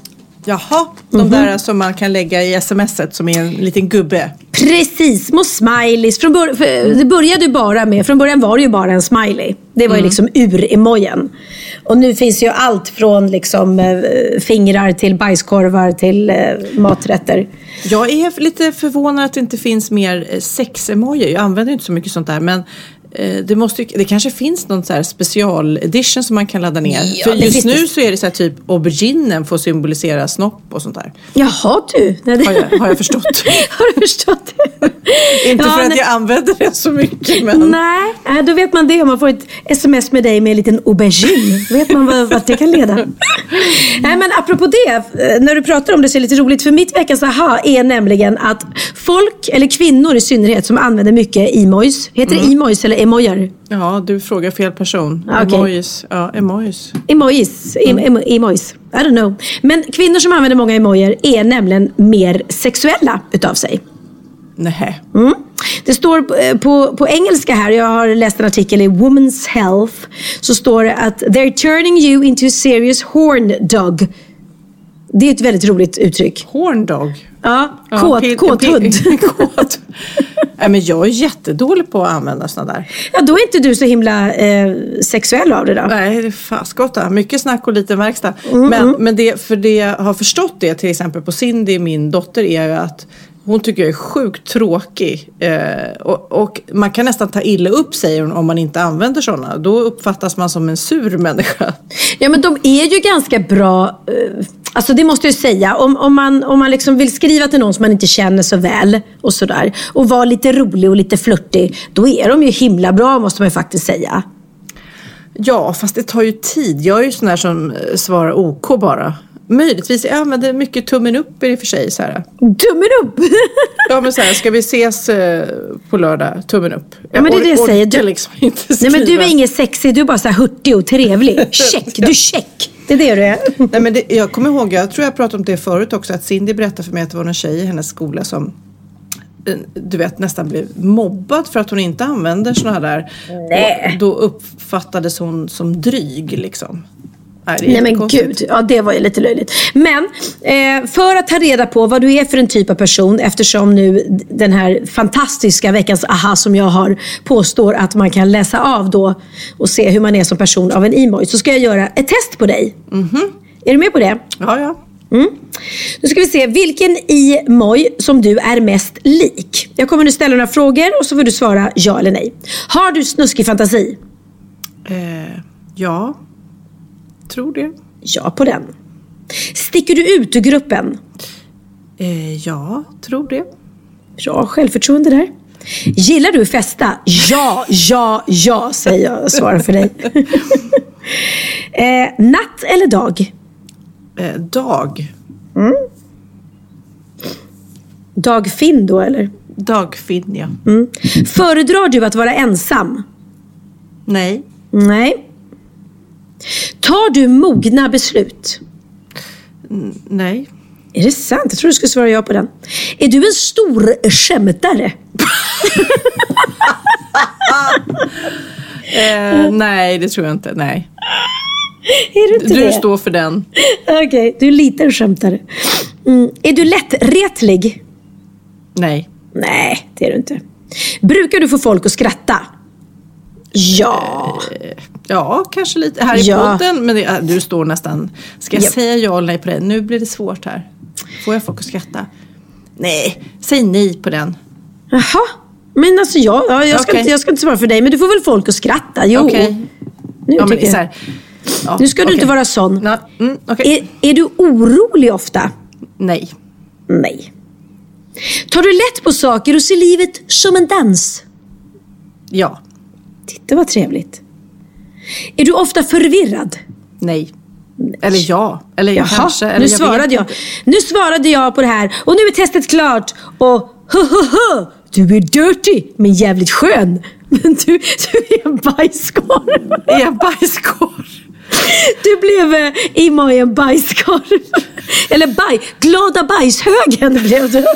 Jaha, de Mhm. där som man kan lägga i smset som är en liten gubbe. Precis, små smileys. Från bör- för det började ju bara med, från början var det ju bara en smiley. Det var ju liksom ur-emojen. Och nu finns ju allt från liksom eh, fingrar till bajskorvar till eh, maträtter. Jag är lite förvånad att det inte finns mer eh, sex-emoji. Jag använder inte så mycket sånt där, men eh, det, måste ju, det kanske finns någon så här special edition som man kan ladda ner. Ja, För det just finns nu det. så är det så här typ auberginen får symbolisera snopp och sånt där. Jaha du. Nej, det... Har jag, har jag förstått. Har du förstått det? Inte Ja, för att nej. jag använder det så mycket, men... Nej, äh, då vet man det om man får ett sms med dig med en liten aubergine. Då vet man vad, vad det kan leda. Nej, men apropå det, eh, när du pratar om det så är det lite roligt. För mitt veckans aha är nämligen att folk, eller kvinnor i synnerhet, som använder mycket emojis. Heter det emojis eller emojar? Ja, du frågar fel person. Ah, okej. Emojis. Ja, emojis. Emojis. Em, em, emojis. I don't know. Men kvinnor som använder många emojer är nämligen mer sexuella utav sig. Nej. Mm. Det står eh, på, på engelska här, jag har läst en artikel i Women's Health, så står det att they're turning you into a serious horn dog. Det är ett väldigt roligt uttryck. Horn dog. Ja, Ja, kåt, pil- kåthund. pil- kåt. Nej, men jag är jättedålig på att använda såna där. Ja, då är inte du så himla eh, sexuell av det då. Nej, det är faskotta. Mycket snack och liten verkstad. Mm, men mm. men det, för det jag har förstått det till exempel på Cindy, min dotter, är ju att hon tycker jag är sjukt tråkig. Eh, och, och man kan nästan ta illa upp, säger hon, om man inte använder sådana. Då uppfattas man som en sur människa. Ja, men de är ju ganska bra. Eh, alltså det måste jag ju säga. Om, om man, om man liksom vill skriva till någon som man inte känner så väl och sådär, och vara lite rolig och lite flörtig, då är de ju himla bra, måste man ju faktiskt säga. Ja, fast det tar ju tid. Jag är ju sån här som eh, svarar OK bara. Möjligtvis, jag använder mycket tummen upp i det för sig. Så här. Tummen upp! Ja, men så här, ska vi ses eh, på lördag? Tummen upp. Ja, men det är det jag orkar säger. Du, liksom inte nej, skriva. men du är ingen sexig, du är bara så här hurtig och trevlig. Check, du check. Det är det du är. Nej, men det, jag kommer ihåg, jag tror jag pratade om det förut också, att Cindy berättade för mig att det var någon tjej i hennes skola som du vet, nästan blev mobbad för att hon inte använder såna där. Nej. Och då uppfattades hon som dryg liksom. Nej, Nej men gud, ja det var ju lite löjligt. Men eh, för att ta reda på vad du är för en typ av person, eftersom nu den här fantastiska veckans aha som jag har påstår att man kan läsa av då och se hur man är som person av en emoj, så ska jag göra ett test på dig. Mm-hmm. Är du med på det? Ja, ja. Mm. Nu ska vi se vilken emoj som du är mest lik. Jag kommer nu ställa några frågor och så får du svara ja eller nej. Har du snuskig fantasi? Eh, ja. Tror det. Ja på den. Sticker du ut ur gruppen? Eh, ja, tror det. Bra självförtroende där. Gillar du festa? Ja, ja, ja säger jag och svarar för dig. eh, natt eller dag? Eh, dag. Mm. Dagfinn då eller? Dagfinn, ja. Mm. Föredrar du att vara ensam? Nej. Nej. Tar du mogna beslut? N- nej. Är det sant? Jag tror du skulle svara ja på den. Är du en stor skämtare? eh, nej, det tror jag inte. Nej. Är du inte du det? står för den. Okej, okay, du är lite en skämtare. Mm. Är du lättretlig? Nej. Nej, det är du inte. Brukar du få folk att skratta? Ja. Eh, ja, kanske lite. Här i ja. podden, men det, du står nästan... Ska jag ja. säga ja eller nej på det? Nu blir det svårt här. Får jag folk att skratta? Nej, säg nej på den. Jaha, men alltså ja, ja jag, ska okay. inte, jag ska inte svara för dig. Men du får väl folk att skratta? Jo. Okej. Okay. Nu, ja, men jag. så här, ja, nu ska okay. du inte vara sån. No, mm, okay. är, är du orolig ofta? Nej. Nej. Tar du lätt på saker och ser livet som en dans? Ja. Titta vad trevligt. Är du ofta förvirrad? Nej. Eller ja. Eller jag Jaha, kanske. Eller nu jag svarade jag. Nu svarade jag på det här. Och nu är testet klart. Och hu hu hu. Du är dirty, men jävligt skön. Men du, du är en bajskorv. Är jag bajskorv? Du blev eh, emoj en bajskorv. Eller baj, glada bajshögen blev du.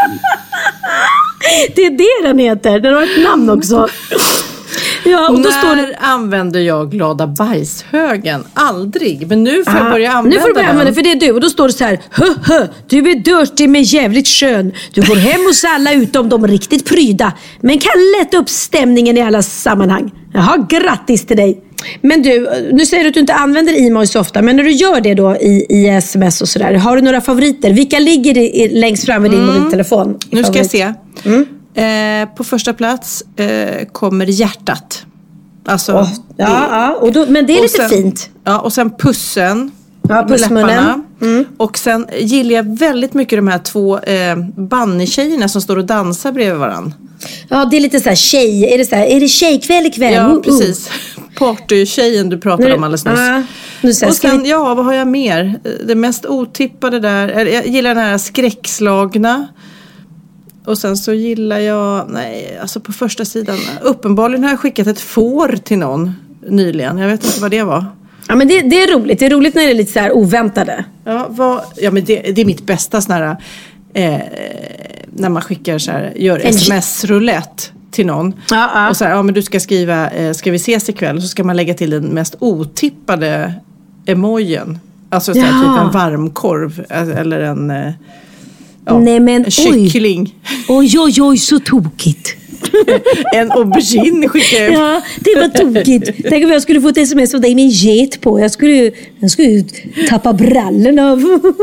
Det är det den heter. Den har ett namn också. Ja, och då När står det... använder jag glada bajshögen? Aldrig. Men nu får jag Ah, börja använda Nu får du börja den. använda, för det är du. Och då står det så här: hö, hö, du är dirty men jävligt skön. Du går hem hos alla utom de riktigt pryda, men kan lätta upp stämningen i alla sammanhang. Jaha, grattis till dig. Men du, nu säger du att du inte använder emojis så ofta. Men när du gör det då i, i sms och sådär, har du några favoriter? Vilka ligger det längst fram i din mm. mobiltelefon? Nu ska jag se. Mm. Eh, på första plats eh, kommer hjärtat. Alltså, oh, ja, det, ja. Och då, men det är lite sen, fint. Ja, och sen pussen. Ja, pussmunnen. Mm. Och sen gillar jag väldigt mycket de här två eh, bunny-tjejerna som står och dansar bredvid varann. Ja, det är lite så här tjej. Är det så här, är det tjejkväll ikväll? Ja, uh, uh. precis. Party-tjejen du pratade om alldeles nyss. Uh, nu så här, och sen, vi... ja, vad har jag mer? Det mest otippade där. Jag gillar den här skräckslagna. Och sen så gillar jag, nej, alltså på första sidan. Uppenbarligen har jag skickat ett får till någon nyligen. Jag vet inte vad det var. Ja, men det, det är roligt. Det är roligt när det är lite så här oväntade. Ja, vad, ja men det, det är mitt bästa sån här, eh, när man skickar så här, gör sms-roulette till någon. Ja, ja. Och så här, ja men du ska skriva, eh, ska vi ses ikväll? Och så ska man lägga till den mest otippade emojen. Alltså så här, ja. typ en varmkorv eller en, eh, ja, nej, men, en kyckling. Oj, oj, oj, så tokigt. En aubergine skickar jag. Ja, det var tokigt. Tänk om jag skulle få ett sms av dig med en get på. Jag skulle, jag skulle ju tappa brallorna.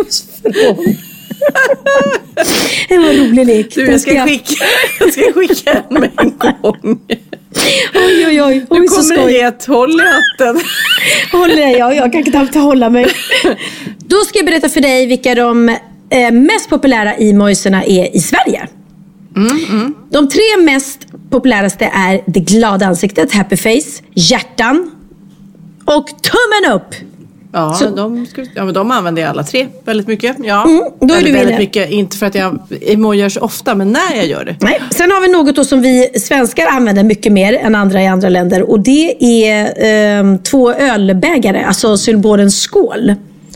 Det var en rolig lek. Du, jag ska, jag... Skicka, jag ska skicka den med en gång. Oj, oj, oj. Nu kommer det ett håll i hatten. Håller jag? Jag kan knappt hålla mig. Då ska jag berätta för dig vilka de eh, mest populära emojisarna är i Sverige. Mm, mm. De tre mest populäraste är det glada ansiktet, happy face, hjärtan och tummen upp. Ja, så, de, ja men de använder jag alla tre väldigt mycket. Ja, mm, då är väldigt, du väldigt mycket, inte för att jag emojar så ofta, men när jag gör det. Nej. Sen har vi något då som vi svenskar använder mycket mer än andra i andra länder. Och det är eh, två ölbägare, alltså symbolen skål.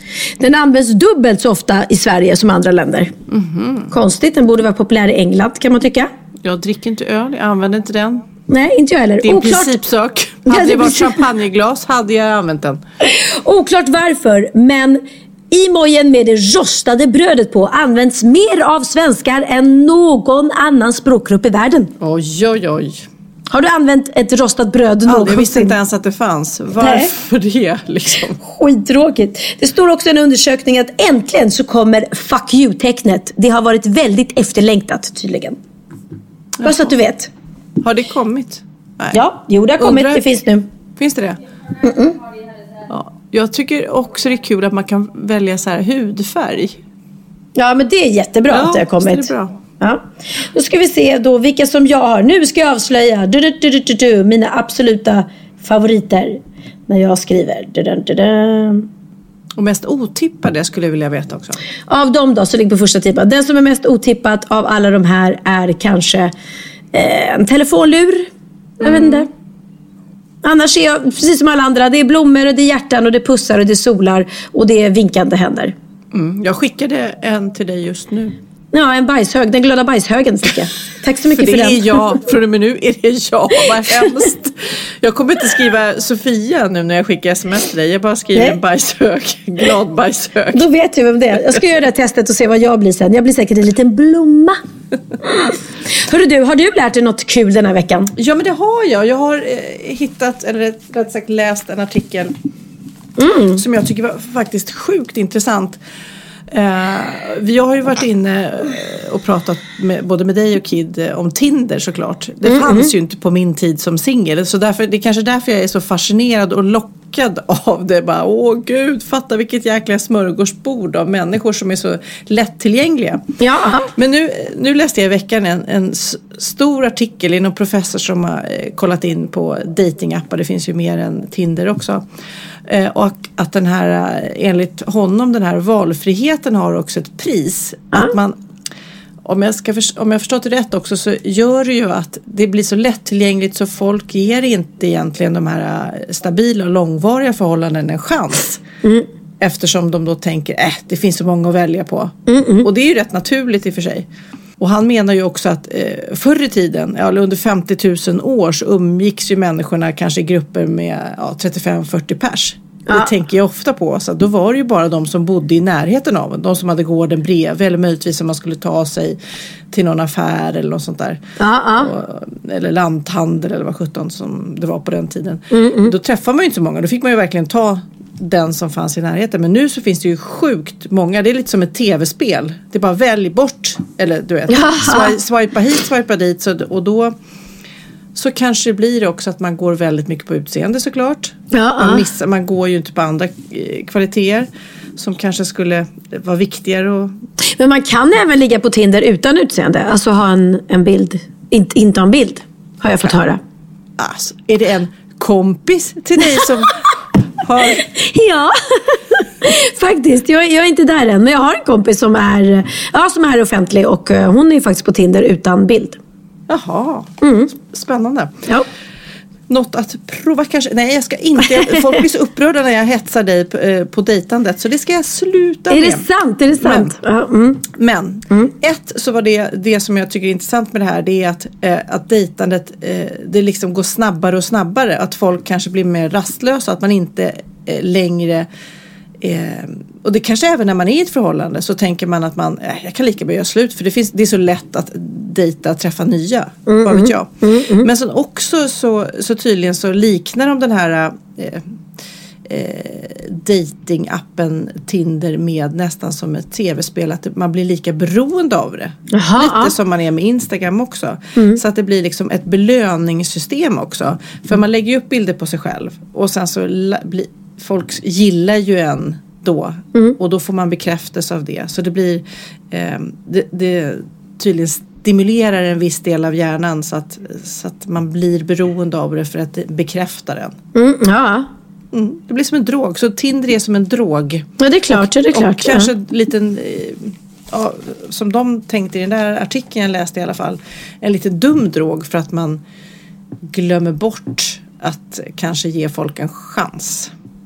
Den används dubbelt så ofta i Sverige som andra länder. Mm-hmm. Konstigt, den borde vara populär i England kan man tycka. Jag dricker inte öl, jag använder inte den. Nej, inte jag heller. Det är en Oklart... principsak. Hade det varit champagneglas hade jag använt den. Oklart varför, men emojen med det rostade brödet på används mer av svenskar än någon annan språkgrupp i världen. Oj, oj, oj. Har du använt ett rostat bröd någonsin? Jag visste inte ens att det fanns. Varför Nej. det liksom? Skittråkigt. Det står också i en undersökning att äntligen så kommer fuck you-tecknet. Det har varit väldigt efterlängtat tydligen. Jaha. Bara så att du vet. Har det kommit? Nej. Ja, jo det har kommit. Undrar... Det finns nu. Finns det det? Mm-mm. Ja. Jag tycker också det är kul att man kan välja så här hudfärg. Ja, men det är jättebra ja, att det har kommit. Det är bra. Ja. Då ska vi se då vilka som jag har. Nu ska jag avslöja du, du, du, du, du, mina absoluta favoriter när jag skriver. Du, du, du, du. Och mest otippade skulle jag vilja veta också. Av dem då så ligger på första tippat. Den som är mest otippat av alla de här är kanske eh, en telefonlur. Jag mm. vet inte. Annars är jag precis som alla andra. Det är blommor och det är hjärtan och det är pussar och det är solar och det är vinkande händer. Mm. Jag skickade en till dig just nu. Ja, en bajshög. Den glada bajshögen fick jag. Tack så mycket för, för den. det är jag. Från och med nu är det jag. Vad hemskt. Jag kommer inte skriva Sofia nu när jag skickar sms till dig. Jag bara skriver Nej. en bajshög. Glad bajshög. Då vet jag vem det är. Jag ska göra det här testet och se vad jag blir sen. Jag blir säkert en liten blomma. Hörru du, har du lärt dig något kul den här veckan? Ja, men det har jag. Jag har eh, hittat, eller rätt sagt läst en artikel mm. som jag tycker var faktiskt sjukt intressant. Uh, vi har ju varit inne och pratat med, både med dig och Kid om Tinder såklart. Det mm, fanns mm. ju inte på min tid som singel. Så därför, det är kanske därför jag är så fascinerad och lockad av det. Bara, åh gud, fatta vilket jäkla smörgåsbord av människor som är så lättillgängliga. Ja. Men nu, nu läste jag i veckan en, en stor artikel i någon professor som har eh, kollat in på datingappar. Det finns ju mer än Tinder också. Eh, och att den här, enligt honom, den här valfriheten har också ett pris. Mm. Att man, om jag, ska, om jag förstått det rätt också, så gör det ju att det blir så lättillgängligt så folk ger inte egentligen de här stabila och långvariga förhållanden en chans. Mm. Eftersom de då tänker, äh, det finns så många att välja på. Mm-mm. Och det är ju rätt naturligt i och för sig. Och han menar ju också att eh, förr i tiden, ja, under femtio tusen år, så umgicks ju människorna kanske i grupper med ja, trettiofem till fyrtio pers. Ja. Det tänker jag ofta på. Så då var det ju bara de som bodde i närheten av en. De som hade gården bredvid, eller möjligtvis om man skulle ta sig till någon affär eller något sånt där. Ja, ja. Och, eller lanthandel eller vad sjutton som det var på den tiden. Mm, mm. Då träffar man ju inte så många. Då fick man ju verkligen ta den som fanns i närheten. Men nu så finns det ju sjukt många. Det är lite som ett tv-spel. Det är bara välj bort. Eller du vet, swi- swipa hit, swipa dit. Så, och då så kanske det blir också att man går väldigt mycket på utseende såklart. Ja, man, missar, man går ju inte på andra eh, kvaliteter som kanske skulle vara viktigare. Och... Men man kan även ligga på Tinder utan utseende. Alltså ha en, en bild. Inte, inte ha en bild, har jag fått höra. Alltså, är det en kompis till dig som... Har... Ja, faktiskt. Jag, jag är inte där än. Men jag har en kompis som är, ja, som är offentlig. Och uh, hon är faktiskt på Tinder utan bild. Jaha, mm. Spännande. Ja. Något att prova kanske. Nej, jag ska inte. Folk blir så upprörda när jag hetsar dig på, eh, på dejtandet. Så det ska jag sluta med. Är det sant? Är det sant? Men, ja, mm. men mm. ett så var det det som jag tycker är intressant med det här. Det är att, eh, att dejtandet eh, det liksom går snabbare och snabbare. Att folk kanske blir mer rastlösa. Att man inte eh, längre... Eh, och det kanske även när man är i ett förhållande så tänker man att man, eh, jag kan lika bra göra slut för det, finns, det är så lätt att dejta, träffa nya, mm, vad vet jag. Mm, mm. Men sen också så, så tydligen så liknar de den här eh, eh, datingappen Tinder med nästan som ett tv-spel, att man blir lika beroende av det. Aha, lite ja. som man är med Instagram också. Mm. Så att det blir liksom ett belöningssystem också. För mm. man lägger ju upp bilder på sig själv och sen så la, bli, folk gillar ju en då. Mm. Och då får man bekräftelse av det. Så det blir eh, det, det tydligen stimulerar en viss del av hjärnan så att, så att man blir beroende av det för att det bekräftar den. Mm, ja. Mm, det blir som en drog. Så Tinder är som en drog. Ja, det är klart. Och, det är klart och kanske ja. en liten... Ja, som de tänkte i den där artikeln jag läste i alla fall. En lite dum drog för att man glömmer bort att kanske ge folk en chans.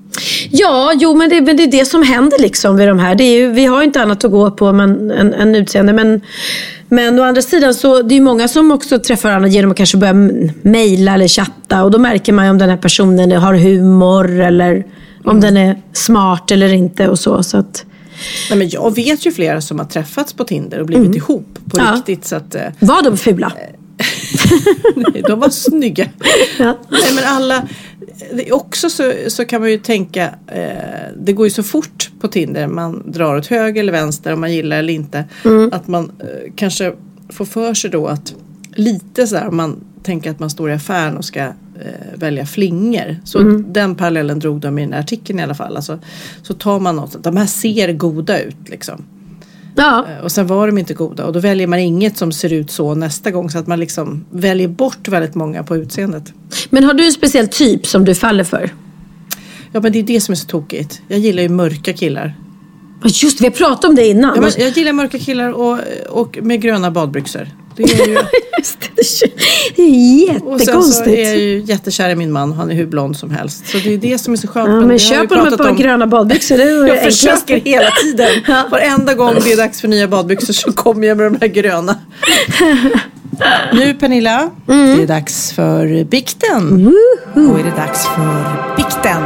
Ja, jo, men det, men det är det som händer liksom vid de här. Det är ju, vi har inte annat att gå på än, än, än utseende. Men, men å andra sidan så det är många som också träffar varandra genom att kanske börja mejla eller chatta. Och då märker man ju om den här personen har humor eller om mm. den är smart eller inte och så. så att, Nej, men jag vet ju flera som har träffats på Tinder och blivit mm. ihop på ja. riktigt. Så att, var de fula? Nej, de var snygga. Ja. Nej, men alla... Också så, så kan man ju tänka, eh, det går ju så fort på Tinder, man drar åt höger eller vänster om man gillar eller inte, mm. att man eh, kanske får för sig då att lite så här, man tänker att man står i affären och ska eh, välja flingor, så mm. den parallellen drog de i den här artikeln i alla fall, alltså, så tar man något, de här ser goda ut liksom. Ja. Och sen var de inte goda. Och då väljer man inget som ser ut så nästa gång. Så att man liksom väljer bort väldigt många på utseendet. Men har du en speciell typ som du faller för? Ja, men det är det som är så tokigt. Jag gillar ju mörka killar. Just, vi har pratat om det innan. Ja, men jag gillar mörka killar och, och med gröna badbyxor. Det är ju... Just det, det är jättekonstigt. Och sen så är jag ju jättekär i min man. Han är hur blond som helst. Så det är det som är så skönt. Ja, men, men köp dem ett par om... gröna badbyxor. Det är jag försöker hela tiden. Ja. Varenda gång det är dags för nya badbyxor så kommer jag med de här gröna. Nu Pernilla, mm. det är dags för bikten. Mm. Då är det dags för bikten.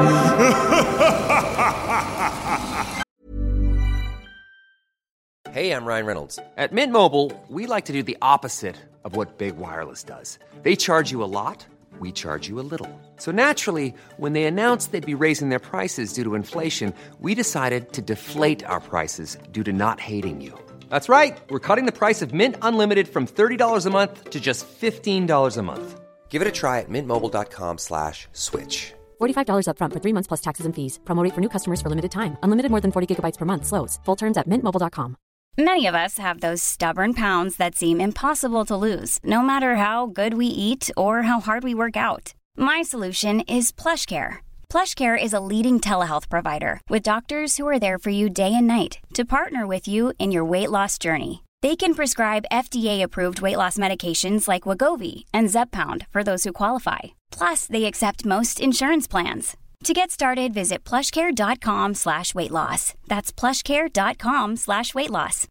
Hey, I'm Ryan Reynolds. At Mint Mobile, we like to do the opposite of what Big Wireless does. They charge you a lot, we charge you a little. So naturally, when they announced they'd be raising their prices due to inflation, we decided to deflate our prices due to not hating you. That's right. We're cutting the price of Mint Unlimited from thirty dollars a month to just fifteen dollars a month. Give it a try at mintmobile.com slash switch. forty-five dollars up front for three months plus taxes and fees. Promo rate for new customers for limited time. Unlimited more than forty gigabytes per month slows. Full terms at mint mobile dot com. Many of us have those stubborn pounds that seem impossible to lose, no matter how good we eat or how hard we work out. My solution is PlushCare. PlushCare is a leading telehealth provider with doctors who are there for you day and night to partner with you in your weight loss journey. They can prescribe F D A-approved weight loss medications like Wegovy and Zepbound for those who qualify. Plus, they accept most insurance plans. To get started, visit plushcare.com slash weight loss. That's plushcare.com slash weight loss.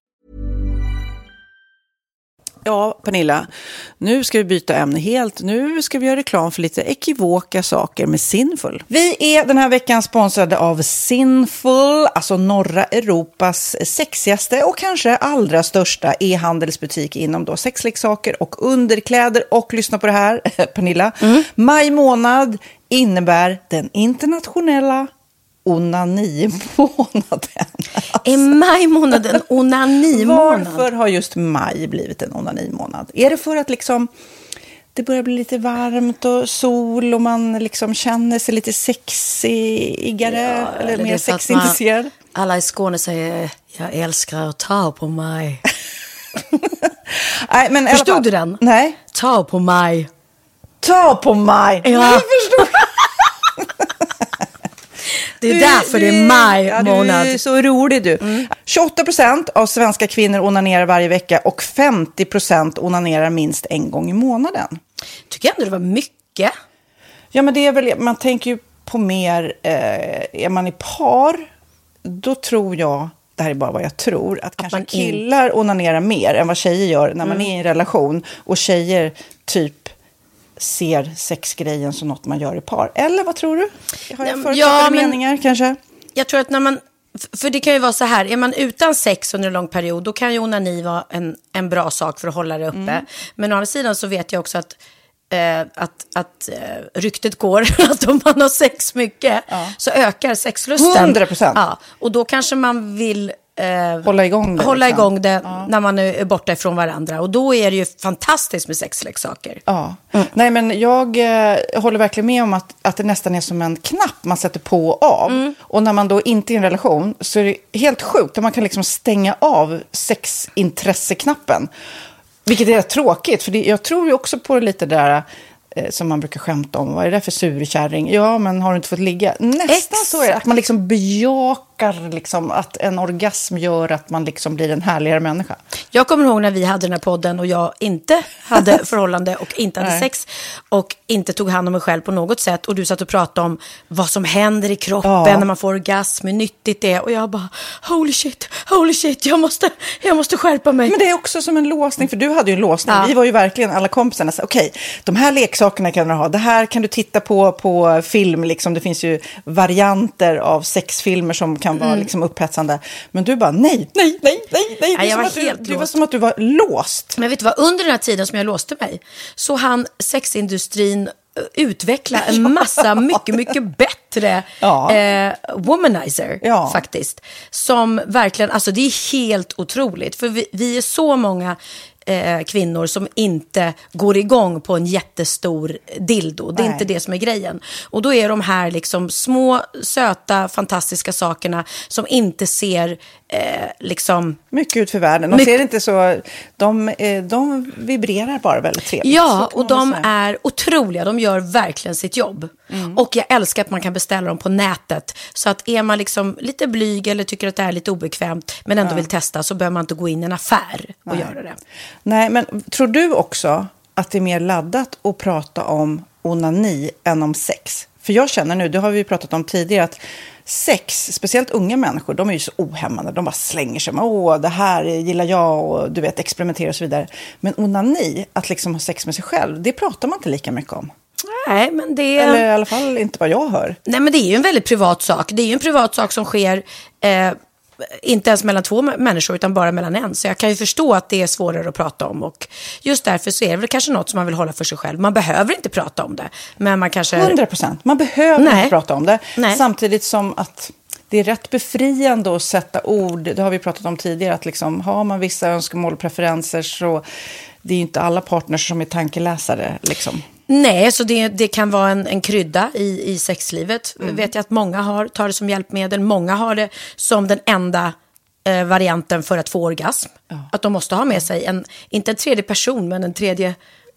Ja, Pernilla, nu ska vi byta ämne helt. Nu ska vi göra reklam för lite ekivoka saker med Sinful. Vi är den här veckan sponsrade av Sinful, alltså norra Europas sexigaste och kanske allra största e-handelsbutik inom då sexleksaker och underkläder. Och lyssna på det här, Pernilla. Mm. Maj månad innebär den internationella onanimånaden. Alltså. Är maj månaden onanimånad? Varför har just maj blivit en onanimånad? Är det för att liksom det börjar bli lite varmt och sol och man liksom känner sig lite sexigare ja, eller, eller mer sexintresserad? Alla i Skåne säger jag älskar att ta på mig. Nej, men förstod fall, du den? Nej. Ta på mig. Ta på mig. Ja. Jag förstod. Det är därför det är maj månad. Ja, du är så rolig du. Mm. tjugoåtta procent av svenska kvinnor onanerar varje vecka och femtio procent onanerar minst en gång i månaden. Tycker jag ändå det var mycket. Ja, men det är väl, man tänker ju på mer, eh, är man i par, då tror jag, det här är bara vad jag tror, att, att kanske killar in... onanerar mer än vad tjejer gör när man mm. är i en relation. Och tjejer typ ser sexgrejen som något man gör i par. Eller vad tror du? Har jag förutsatta ja, meningar kanske? Jag tror att när man, för det kan ju vara så här, är man utan sex under en lång period, då kan ju onani vara en, en bra sak för att hålla det uppe. Mm. Men å andra sidan så vet jag också att eh, att, att eh, ryktet går att om man har sex mycket ja. så ökar sexlusten. hundra procent. Ja, och då kanske man vill Eh, hålla igång det, hålla liksom. igång det ja. när man är borta ifrån varandra. Och då är det ju fantastiskt med sexleksaker. Ja. Mm. Nej, men jag eh, håller verkligen med om att, att det nästan är som en knapp man sätter på och av. Mm. Och när man då inte är i en relation så är det helt sjukt att man kan liksom stänga av sexintresseknappen. Vilket är tråkigt, för det, jag tror ju också på det lite där eh, som man brukar skämta om. Vad är det för surkärring? Ja, men har du inte fått ligga? Nästan Exakt. Så är det att man liksom bejakar orsakar liksom att en orgasm gör att man liksom blir en härligare människa? Jag kommer ihåg när vi hade den här podden och jag inte hade förhållande och inte hade sex och inte tog hand om mig själv på något sätt och du satt och pratade om vad som händer i kroppen ja. när man får orgasm, hur nyttigt det är och jag bara, holy shit, holy shit, jag måste, jag måste skärpa mig. Men det är också som en låsning, för du hade ju en låsning. Ja. Vi var ju verkligen alla kompisarna, okej, okay, de här leksakerna kan du ha, det här kan du titta på på film, liksom. Det finns ju varianter av sexfilmer som kan vara mm. liksom upphetsande. Men du bara, nej, nej, nej, nej, nej. Ja, jag var helt du, det var som att du var låst. Men vet du vad, under den här tiden som jag låste mig så han sexindustrin utveckla en massa mycket, mycket bättre ja. eh, womanizer ja. faktiskt. Som verkligen, alltså det är helt otroligt. För vi, vi är så många eh, kvinnor som inte går igång på en jättestor dildo. Det är Nej. inte det som är grejen. Och då är de här liksom små, söta, fantastiska sakerna som inte ser eh, liksom... mycket ut för världen. De mycket... ser inte så... De, eh, de vibrerar bara väldigt trevligt. Ja, och de är otroliga. De gör verkligen sitt jobb. Mm. Och jag älskar att man kan beställa dem på nätet. Så att är man liksom lite blyg eller tycker att det är lite obekvämt men ändå ja. vill testa så behöver man inte gå in i en affär och Nej. göra det. Nej, men tror du också att det är mer laddat att prata om onani än om sex? För jag känner nu, det har vi pratat om tidigare, att sex, speciellt unga människor, de är ju så ohämmade. De bara slänger sig med, åh, det här gillar jag och du vet, experimentera och så vidare. Men onani, att liksom ha sex med sig själv, det pratar man inte lika mycket om. Nej, men det är... Eller i alla fall inte vad jag hör. Nej, men det är ju en väldigt privat sak. Det är ju en privat sak som sker... Eh... inte ens mellan två människor utan bara mellan en. Så jag kan ju förstå att det är svårare att prata om och just därför så är det väl kanske något som man vill hålla för sig själv. Man behöver inte prata om det, men man kanske... hundra procent. Man behöver Nej. inte prata om det. Nej. Samtidigt som att det är rätt befriande att sätta ord, det har vi pratat om tidigare, att liksom har man vissa önskemål och preferenser så det är ju inte alla partners som är tankeläsare liksom. Nej, så det, det kan vara en, en krydda i, i sexlivet. Mm. Vet jag att många har, tar det som hjälpmedel. Många har det som den enda eh, varianten för att få orgasm. Ja. Att de måste ha med sig, en, inte en tredje person, men en tredje...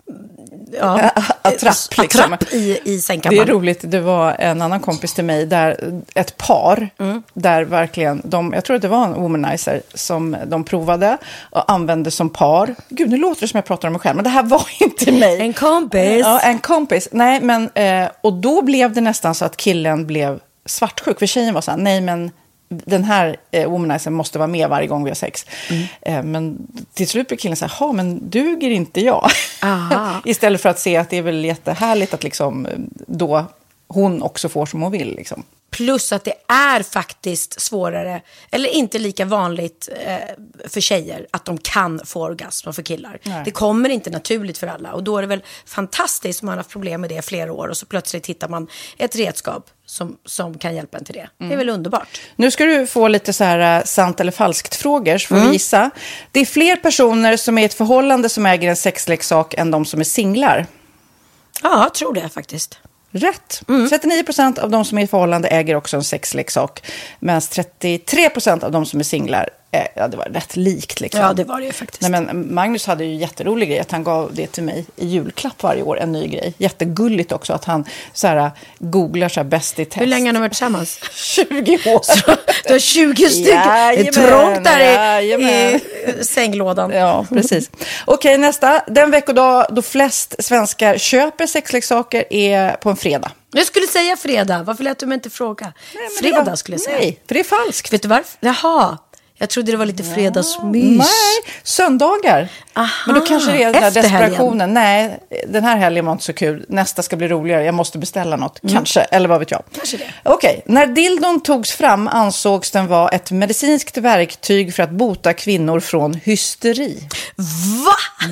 Ja, attrapp, liksom. attrapp i, i sängkammaren. Det är roligt, det var en annan kompis till mig där ett par mm. där verkligen de, jag tror att det var en womanizer som de provade och använde som par. Gud, nu låter det som jag pratar om mig själv, men det här var inte mig. En kompis. Ja, en kompis. Nej, men eh, och då blev det nästan så att killen blev svartsjuk, för tjejen var så här, nej men den här eh, womanizer måste vara med varje gång vi har sex. Mm. Eh, men till slut blir killen så här, ja men duger inte jag? Istället för att se att det är väl jättehärligt att liksom då hon också får som hon vill liksom. Plus att det är faktiskt svårare, eller inte lika vanligt eh, för tjejer att de kan få orgasm för killar. Nej. Det kommer inte naturligt för alla. Och då är det väl fantastiskt om man har haft problem med det i flera år och så plötsligt hittar man ett redskap som, som kan hjälpa en till det. Mm. Det är väl underbart. Nu ska du få lite så här sant eller falskt frågor så får mm. vi gissa. Det är fler personer som är i ett förhållande som äger en sexleksak än de som är singlar. Ja, jag tror det faktiskt. Rätt. Mm. trettionio procent av de som är i förhållande äger också en sexleksak. Medan trettiotre procent av de som är singlar, äh, ja det var rätt likt liksom. Ja, det var det ju faktiskt. Nej, men Magnus hade ju jätterolig grej att han gav det till mig i julklapp varje år, en ny grej. Jättegulligt också att han så här, googlar så här bäst i test. Hur länge har ni varit tillsammans? tjugo år. Så, du har tjugo stycken. Det är trångt där i, i sänglådan. Ja, precis. Okej, nästa. Den veckodag då flest svenskar köper sexleksaker är på en fredag. Jag skulle säga fredag. Varför lät du mig inte fråga? Nej, fredag var, skulle jag säga. Nej, för det är falskt. Vet du varför? Jaha. Jag trodde det var lite fredagsmys. Nej, söndagar. Aha, men då kanske det är den där desperationen. Helgen. Nej, den här helgen var inte så kul. Nästa ska bli roligare. Jag måste beställa något. Mm. Kanske, eller vad vet jag. Kanske det. Okej, när dildon togs fram ansågs den vara ett medicinskt verktyg för att bota kvinnor från hysteri. Va?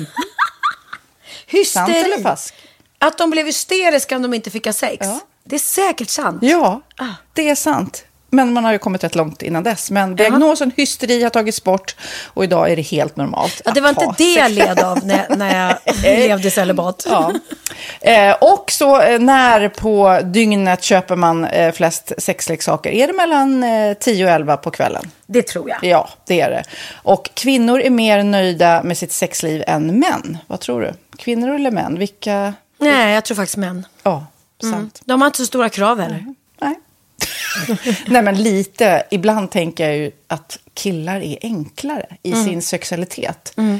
Hysteri? Sant eller falskt? Att de blev hysteriska om de inte fick ha sex. Ja. Det är säkert sant. Ja, ah. det är sant. Men man har ju kommit rätt långt innan dess. Men diagnosen hysteri har tagits bort och idag är det helt normalt. Ja, det var inte det jag led av när, när jag levde i celibat. Ja. Eh, och så eh, när på dygnet köper man eh, flest sexleksaker? Är det mellan eh, tio och elva på kvällen? Det tror jag. Ja, det är det. Och kvinnor är mer nöjda med sitt sexliv än män. Vad tror du? Kvinnor eller män? Vilka? Nej, jag tror faktiskt män. Ja, sant. Mm. De har inte så stora krav heller. Nej. Nej, men lite. Ibland tänker jag ju att killar är enklare i mm. sin sexualitet. Mm.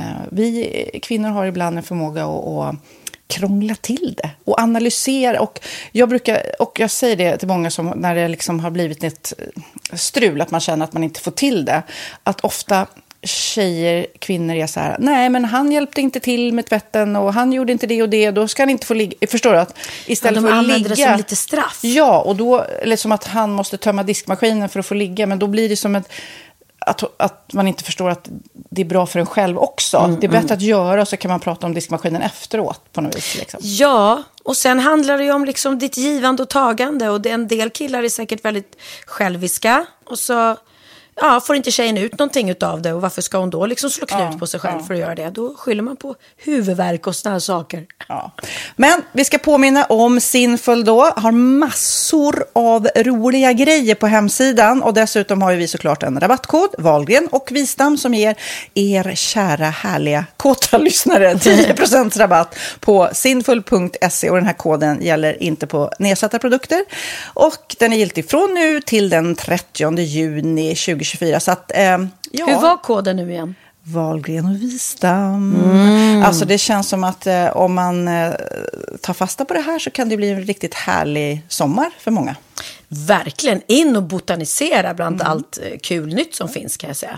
Vi kvinnor har ibland en förmåga att, att krångla till det och analysera. Och jag brukar, och jag säger det till många som när det liksom har blivit ett strul, att man känner att man inte får till det. Att ofta tjejer, kvinnor är så här, nej men han hjälpte inte till med tvätten och han gjorde inte det och det, då ska han inte få ligga. Förstår du? Att istället ja, de för att ligga, det som lite straff. Ja, och då, eller som att han måste tömma diskmaskinen för att få ligga, men då blir det som ett Att, att man inte förstår att det är bra för en själv också. Mm, det är bättre mm. att göra, och så kan man prata om diskmaskinen efteråt på något vis. Liksom. Ja, och sen handlar det ju om liksom ditt givande och tagande. Och en del killar är säkert väldigt själviska. Och så ja, får inte tjejen ut någonting utav det. Och varför ska hon då liksom slå knut ja, på sig själv ja. för att göra det? Då skyller man på huvudvärk och sådana saker. Ja. Men vi ska påminna om Sinful då. Har massor av roliga grejer på hemsidan. Och dessutom har vi såklart en rabattkod, Wahlgren och Wistam, som ger er kära, härliga, kåta lyssnare tio procent rabatt på sinful punkt se. Och den här koden gäller inte på nedsatta produkter. Och den är giltig från nu till den trettionde juni tjugohundratjugofyra. Så att, eh, ja. Hur var koden nu igen? Wahlgren och Wistam. Mm. Alltså det känns som att eh, om man eh, tar fasta på det här så kan det bli en riktigt härlig sommar för många. Verkligen, in och botanisera bland mm. allt eh, kul nytt som finns, kan jag säga.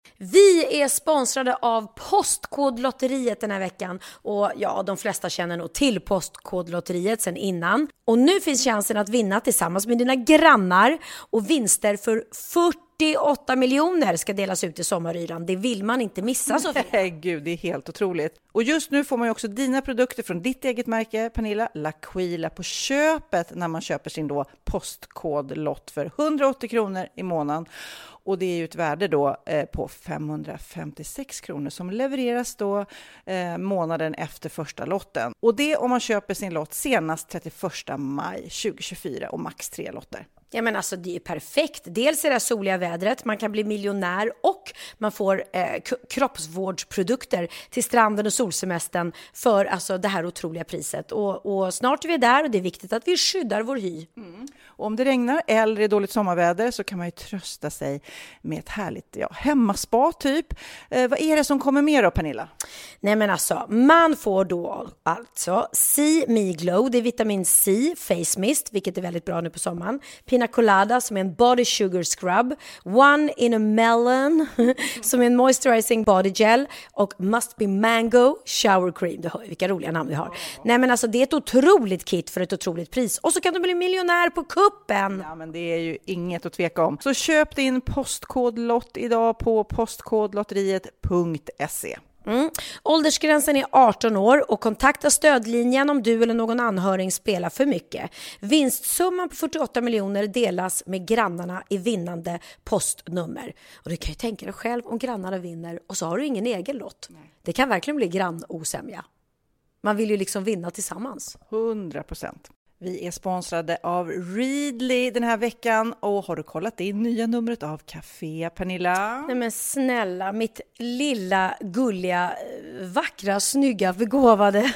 Vi är sponsrade av Postkodlotteriet den här veckan. Och ja, de flesta känner nog till Postkodlotteriet sen innan. Och nu finns chansen att vinna tillsammans med dina grannar. Och vinster för fyrtioåtta miljoner ska delas ut i sommaryran. Det vill man inte missa, Sofia. Nej, gud, det är helt otroligt. Och just nu får man ju också dina produkter från ditt eget märke, Pernilla, L'Aquila, på köpet när man köper sin då postkodlott för hundraåttio kronor i månaden. Och det är ju ett värde då eh, på femhundrafemtiosex kronor som levereras då eh, månaden efter första lotten. Och det om man köper sin lott senast trettioförsta maj tjugohundratjugofyra och max tre lotter. Ja, men alltså det är perfekt. Dels är det soliga vädret, man kan bli miljonär och man får eh, k- kroppsvårdsprodukter till stranden och solsemestern för alltså det här otroliga priset. Och, och snart är vi där och det är viktigt att vi skyddar vår hy. Mm. Och om det regnar eller är dåligt sommarväder så kan man ju trösta sig med ett härligt ja, hemmaspa typ. Eh, vad är det som kommer mer då, Pernilla? Nej men alltså, man får då alltså C Me Glow, det är vitamin C, face mist, vilket är väldigt bra nu på sommaren. Pina Colada som är en body sugar scrub, One in a Melon som är en moisturizing body gel och Must Be Mango shower cream. Du hör ju vilka roliga namn vi har. Nej men alltså det är ett otroligt kit för ett otroligt pris. Och så kan du bli miljonär på kuppen. Ja men det är ju inget att tveka om. Så köp din postkodlott idag på postkodlotteriet punkt se. Mm. Åldersgränsen är arton år och kontakta stödlinjen om du eller någon anhörig spelar för mycket. Vinstsumman på fyrtioåtta miljoner delas med grannarna i vinnande postnummer. Och du kan ju tänka dig själv om grannarna vinner och så har du ingen egen lott. Nej. Det kan verkligen bli grannosämja. Man vill ju liksom vinna tillsammans. hundra procent. Vi är sponsrade av Readly den här veckan. Och har du kollat det nya numret av Café, Pernilla? Nej men snälla, mitt lilla, gulliga, vackra, snygga, begåvade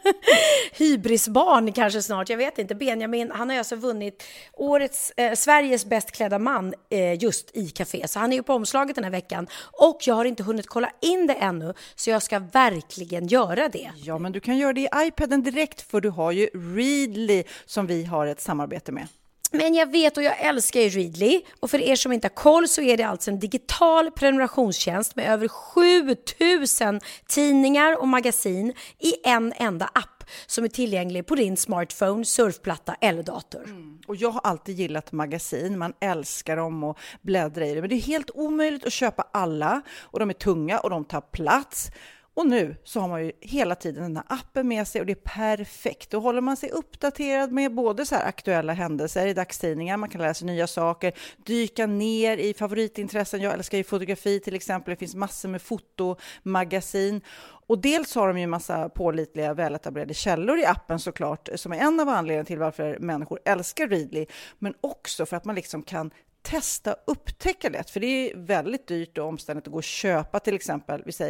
hybrisbarn kanske snart. Jag vet inte. Benjamin, han har alltså vunnit årets, eh, Sveriges bäst klädda man eh, just i Café. Så han är ju på omslaget den här veckan. Och jag har inte hunnit kolla in det ännu. Så jag ska verkligen göra det. Ja, men du kan göra det i iPaden direkt. För du har ju Readly som vi har ett samarbete med. Men jag vet och jag älskar ju Readly. Och för er som inte har koll så är det alltså en digital prenumerationstjänst med över sjutusen tidningar och magasin i en enda app som är tillgänglig på din smartphone, surfplatta eller dator. Mm. Och jag har alltid gillat magasin. Man älskar dem och bläddra i det. Men det är helt omöjligt att köpa alla. Och de är tunga och de tar plats. Och nu så har man ju hela tiden den här appen med sig och det är perfekt. Då håller man sig uppdaterad med både så här aktuella händelser i dagstidningar. Man kan lära sig nya saker, dyka ner i favoritintressen. Jag älskar ju fotografi till exempel. Det finns massor med fotomagasin. Och dels har de ju en massa pålitliga, väletablerade källor i appen såklart. Som är en av anledningarna till varför människor älskar Readly. Men också för att man liksom kan testa upptäcka lätt. För det är väldigt dyrt och omständigt att gå och köpa till exempel, vi säger en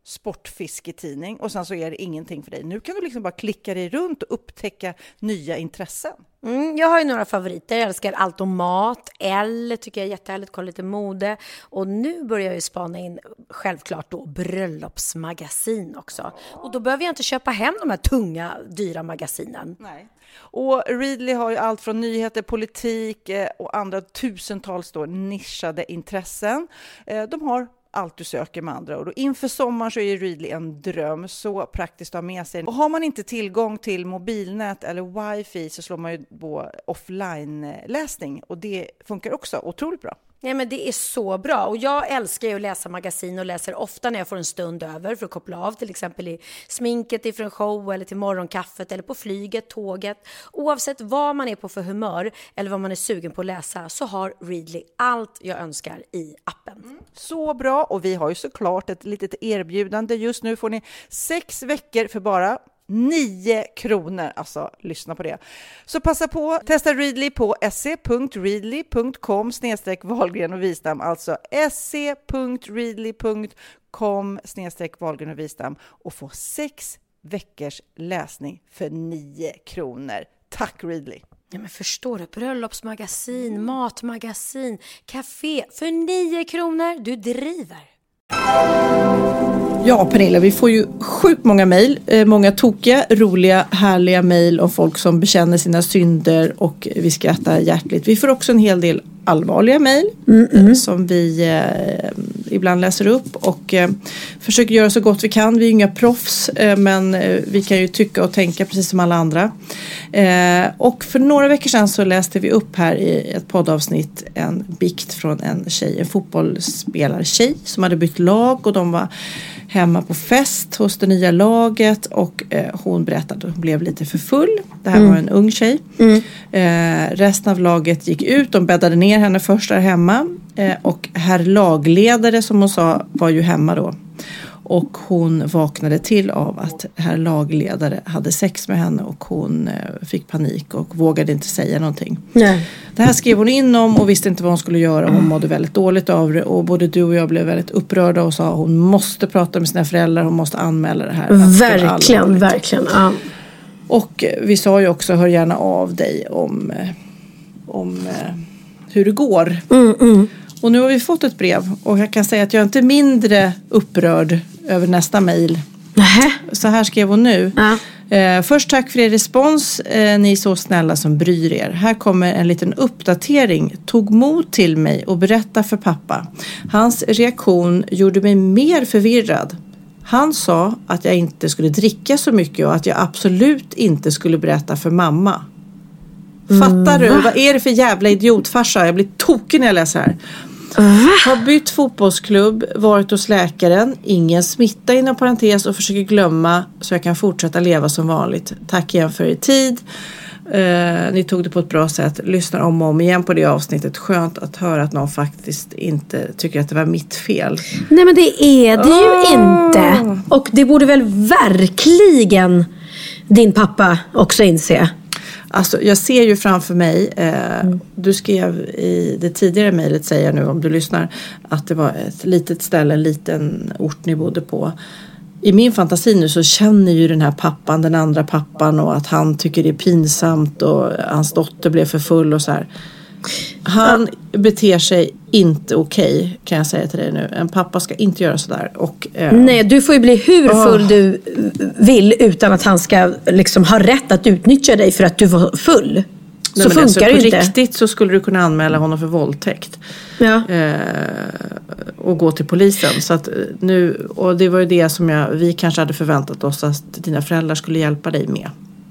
sportfisketidning och sen så är det ingenting för dig. Nu kan du liksom bara klicka dig runt och upptäcka nya intressen. Mm, jag har ju några favoriter. Jag älskar allt om mat. Elle tycker jag är jättehärligt. Kolla lite mode. Och nu börjar jag ju spana in självklart då bröllopsmagasin också. Och då behöver jag inte köpa hem de här tunga, dyra magasinen. Nej. Och Readly har ju allt från nyheter, politik och andra tusentals då nischade intressen. De har allt du söker med andra ord. Och inför sommaren så är Readly en dröm, så praktiskt att ha med sig. Och har man inte tillgång till mobilnät eller wifi så slår man ju på offline-läsning. Och det funkar också otroligt bra. Ja, men det är så bra. Och jag älskar ju att läsa magasin och läser ofta när jag får en stund över för att koppla av. Till exempel i sminket ifrån show eller till morgonkaffet eller på flyget, tåget. Oavsett vad man är på för humör eller vad man är sugen på att läsa så har Readly allt jag önskar i appen. Mm. Så bra, och vi har ju såklart ett litet erbjudande. Just nu får ni sex veckor för bara nio kronor, alltså lyssna på det. Så passa på, testa Readly på se.readly.com snedstreck Wahlgren och Wistam, alltså se.readly.com snedstreck Wahlgren och Wistam och få sex veckors läsning för nio kronor. Tack Readly! Ja, men förstår du, bröllopsmagasin, matmagasin, café för nio kronor, du driver. Ja, Pernilla, vi får ju sjukt många mejl, många tokiga, roliga, härliga mejl om folk som bekänner sina synder och vi skrattar hjärtligt. Vi får också en hel del allvarliga mejl mm-hmm. som vi eh, ibland läser upp och eh, försöker göra så gott vi kan. Vi är inga proffs eh, men eh, vi kan ju tycka och tänka precis som alla andra. Eh, och för några veckor sedan så läste vi upp här i ett poddavsnitt en bikt från en tjej, en fotbollsspelartjej som hade bytt lag och de var hemma på fest hos det nya laget och eh, hon berättade att hon blev lite för full. Det här mm. var en ung tjej. Mm. Eh, resten av laget gick ut, de bäddade ner henne först där hemma eh, och herr lagledare som hon sa var ju hemma då. Och hon vaknade till av att herr lagledare hade sex med henne och hon eh, fick panik och vågade inte säga någonting. Nej. Det här skrev hon in om och visste inte vad hon skulle göra. Hon mådde väldigt dåligt av det och både du och jag blev väldigt upprörda och sa att hon måste prata med sina föräldrar, hon måste anmäla det här. Verkligen, verkligen. Ja. Och vi sa ju också, hör gärna av dig om, om hur det går. Mm, mm. Och nu har vi fått ett brev och jag kan säga att jag är inte mindre upprörd över nästa mejl. Så här skrev hon nu. Ja. Eh, först tack för er respons. Eh, ni är så snälla som bryr er. Här kommer en liten uppdatering. Tog mod till mig och berätta för pappa. Hans reaktion gjorde mig mer förvirrad. Han sa att jag inte skulle dricka så mycket och att jag absolut inte skulle berätta för mamma. Fattar du? Mm, vad är det för jävla idiotfarsa? Jag blir tokig när jag läser här. Uh. Har bytt fotbollsklubb, varit hos läkaren, ingen smitta inom parentes och försöker glömma så jag kan fortsätta leva som vanligt. Tack igen för er tid. Uh, ni tog det på ett bra sätt. Lyssnar om och om igen på det avsnittet. Skönt att höra att någon faktiskt inte tycker att det var mitt fel. Nej, men det är det ju uh. inte. Och det borde väl verkligen din pappa också inse. Alltså jag ser ju framför mig, eh, mm. du skrev i det tidigare mejlet, säger jag nu om du lyssnar, att det var ett litet ställe, en liten ort ni bodde på. I min fantasi nu så känner ju den här pappan, den andra pappan och att han tycker det är pinsamt och hans dotter blev för full och så här. Han ja. beter sig inte okej, okay, kan jag säga till dig nu. En pappa ska inte göra sådär. Och, eh, Nej, du får ju bli hur full oh. du vill utan att han ska liksom ha rätt att utnyttja dig för att du var full. Så Nej, funkar alltså, det inte. På riktigt så skulle du kunna anmäla honom för våldtäkt. Ja. Eh, och gå till polisen. Så att nu, och det var ju det som jag, vi kanske hade förväntat oss att dina föräldrar skulle hjälpa dig med.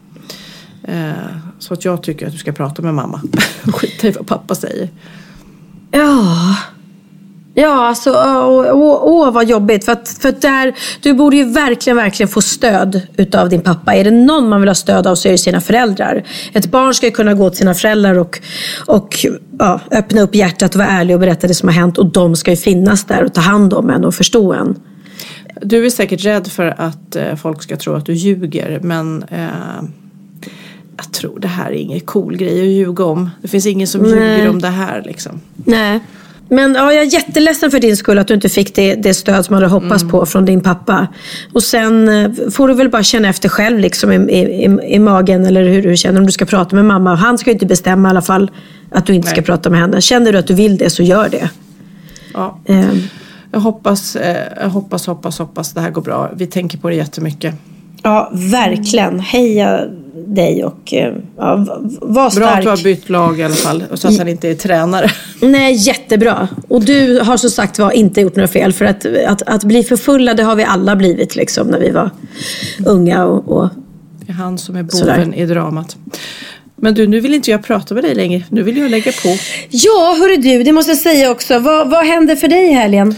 Så att jag tycker att du ska prata med mamma. Skita i vad pappa säger. Ja. Ja, alltså, åh, åh, åh vad jobbigt. För att, för att där, du borde ju verkligen, verkligen få stöd utav din pappa. Är det någon man vill ha stöd av så är det sina föräldrar. Ett barn ska kunna gå till sina föräldrar och, och ja, öppna upp hjärtat och vara ärlig och berätta det som har hänt. Och de ska ju finnas där och ta hand om en och förstå en. Du är säkert rädd för att eh, folk ska tro att du ljuger, men... Eh... Jag tror det här är ingen cool grej att ljuga om. Det finns ingen som Nej. ljuger om det här liksom. Nej. Men ja, jag är jätteledsen för din skull att du inte fick det, det stöd som man hade hoppats mm. på från din pappa. Och sen får du väl bara känna efter själv liksom i, i, i magen eller hur du känner om du ska prata med mamma. Han ska ju inte bestämma i alla fall att du inte Nej. ska prata med henne. Känner du att du vill det så gör det. Ja. Um. Jag hoppas, jag hoppas, hoppas, hoppas det här går bra. Vi tänker på det jättemycket. Ja, verkligen. Heja dig och ja, var stark. Bra att du har bytt lag i alla fall. Och så att han inte är tränare. Nej, jättebra. Och du har som sagt var inte gjort några fel. För att, att, att bli förfullade har vi alla blivit liksom när vi var unga. Och, och det är han som är boven i dramat. Men du, nu vill inte jag prata med dig längre. Nu vill jag lägga på. Ja, hörru du, det måste jag säga också. Vad, vad händer för dig i helgen?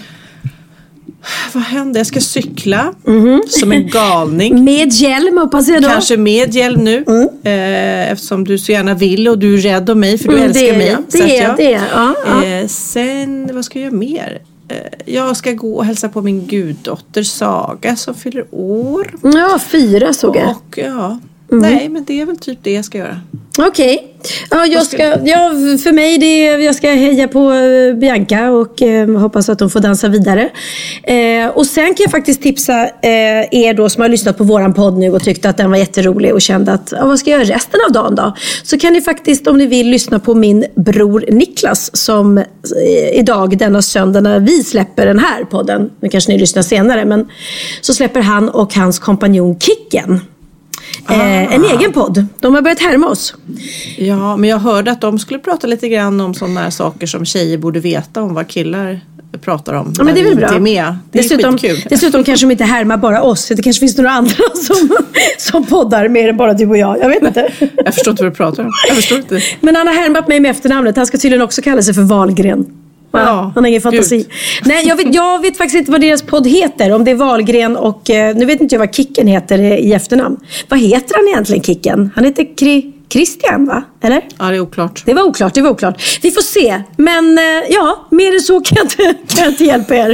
Vad händer? Jag ska cykla mm-hmm. som en galning. Med hjälm hoppas jag då. Kanske med hjälm nu. Mm. Eh, eftersom du så gärna vill och du är rädd om mig för du mm, älskar det, mig. Ja. Det är det. Ja, ja. Eh, sen, vad ska jag göra mer? Eh, jag ska gå och hälsa på min guddotter Saga som fyller år. Ja, fyra såg jag. Och ja... Mm. Nej, men det är väl typ det jag ska göra. Okej. Okay. Ja, jag ska, ja, för mig det jag ska heja på Bianca och eh, hoppas att de får dansa vidare. Eh, och sen kan jag faktiskt tipsa eh, er då som har lyssnat på våran podd nu och tyckte att den var jätterolig och kände att ja, vad ska jag göra resten av dagen då? Så kan ni faktiskt om ni vill lyssna på min bror Niklas som eh, idag denna söndag när vi släpper den här podden. Nu kanske ni lyssnar senare, men så släpper han och hans kompanjon Kicken. Eh, en egen podd. De har börjat härma oss. Ja, men jag hörde att de skulle prata lite grann om sådana här saker som tjejer borde veta om vad killar pratar om. Ja, men det är väl bra. Är med. Det är dessutom, skitkul. Dessutom kanske de inte härmar bara oss. Det kanske finns några andra som, som poddar mer än bara du och jag. Jag vet inte. Jag förstår inte vad du pratar om. Jag förstår inte. Men han har härmat mig med efternamnet. Han ska tydligen också kalla sig för Wahlgren. Ja, ja, han har ingen fantasi. Gud. Nej, jag vet, jag vet faktiskt inte vad deras podd heter. Om det är Wahlgren och... Nu vet inte jag vad Kicken heter i efternamn. Vad heter han egentligen, Kicken? Han heter Kri, Christian, va? Eller? Ja, det är oklart. Det var oklart, det var oklart. Vi får se. Men ja, mer än så kan jag inte, kan jag inte hjälpa er.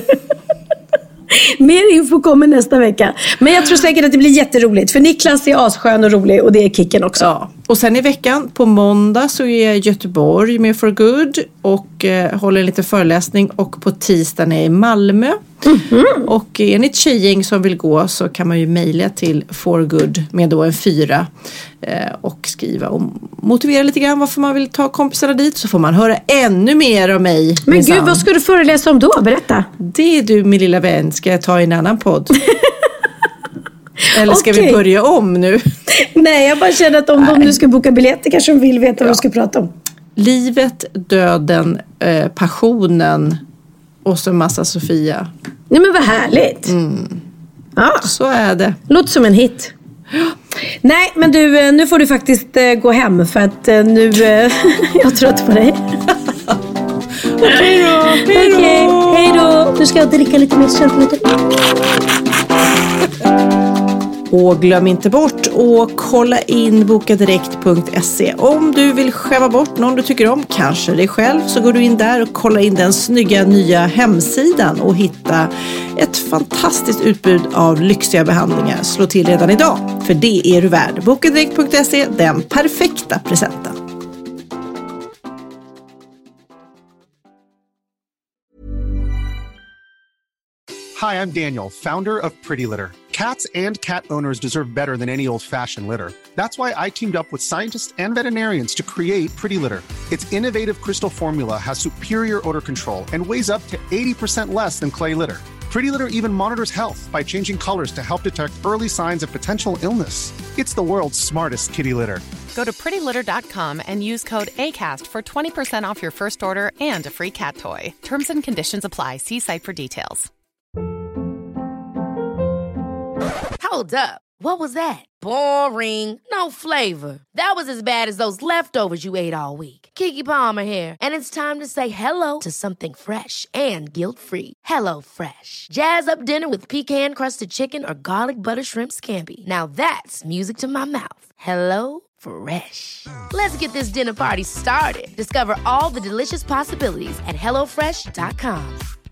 Mer info kommer nästa vecka. Men jag tror säkert att det blir jätteroligt. För Niklas är asskön och rolig och det är Kicken också. Ja. Och sen i veckan, på måndag så är jag i Göteborg med For Good och eh, håller en liten föreläsning. Och på tisdagen är jag i Malmö. Mm-hmm. Och är ni ett tjejgäng som vill gå så kan man ju mejla till For Good med då en fyra. Eh, och skriva och motivera lite grann varför man vill ta kompisarna dit. Så får man höra ännu mer om mig. Men gud, vad ska du föreläsa om då? Berätta. Det är du, min lilla vän. Ska jag ta i en annan podd? Eller ska okay. vi börja om nu? Nej, jag bara känner att om Nej. de nu ska boka biljetter kanske de vill veta ja. vad de ska prata om. Livet, döden, eh, passionen och så en massa Sofia. Nej, men vad härligt. Mm. Ja. Så är det. Låter som en hit. Nej, men du, nu får du faktiskt eh, gå hem för att eh, nu eh, jag är trött på dig. Okej då. Hej då. Okej, hej då. Nu ska jag dricka lite mer sötvatten. Och glöm inte bort att kolla in boka direkt punkt se. Om du vill skämma bort någon du tycker om, kanske dig själv, så går du in där och kollar in den snygga nya hemsidan och hitta ett fantastiskt utbud av lyxiga behandlingar. Slå till redan idag, för det är du värd. boka direkt punkt se, den perfekta presenten. Hi, I'm Daniel, founder of Pretty Litter. Cats and cat owners deserve better than any old-fashioned litter. That's why I teamed up with scientists and veterinarians to create Pretty Litter. Its innovative crystal formula has superior odor control and weighs up to eighty percent less than clay litter. Pretty Litter even monitors health by changing colors to help detect early signs of potential illness. It's the world's smartest kitty litter. Go to pretty litter dot com and use code ACAST for twenty percent off your first order and a free cat toy. Terms and conditions apply. See site for details. Hold up. What was that? Boring. No flavor. That was as bad as those leftovers you ate all week. Keke Palmer here, and it's time to say hello to something fresh and guilt-free. Hello Fresh. Jazz up dinner with pecan-crusted chicken or garlic butter shrimp scampi. Now that's music to my mouth. Hello Fresh. Let's get this dinner party started. Discover all the delicious possibilities at hello fresh dot com.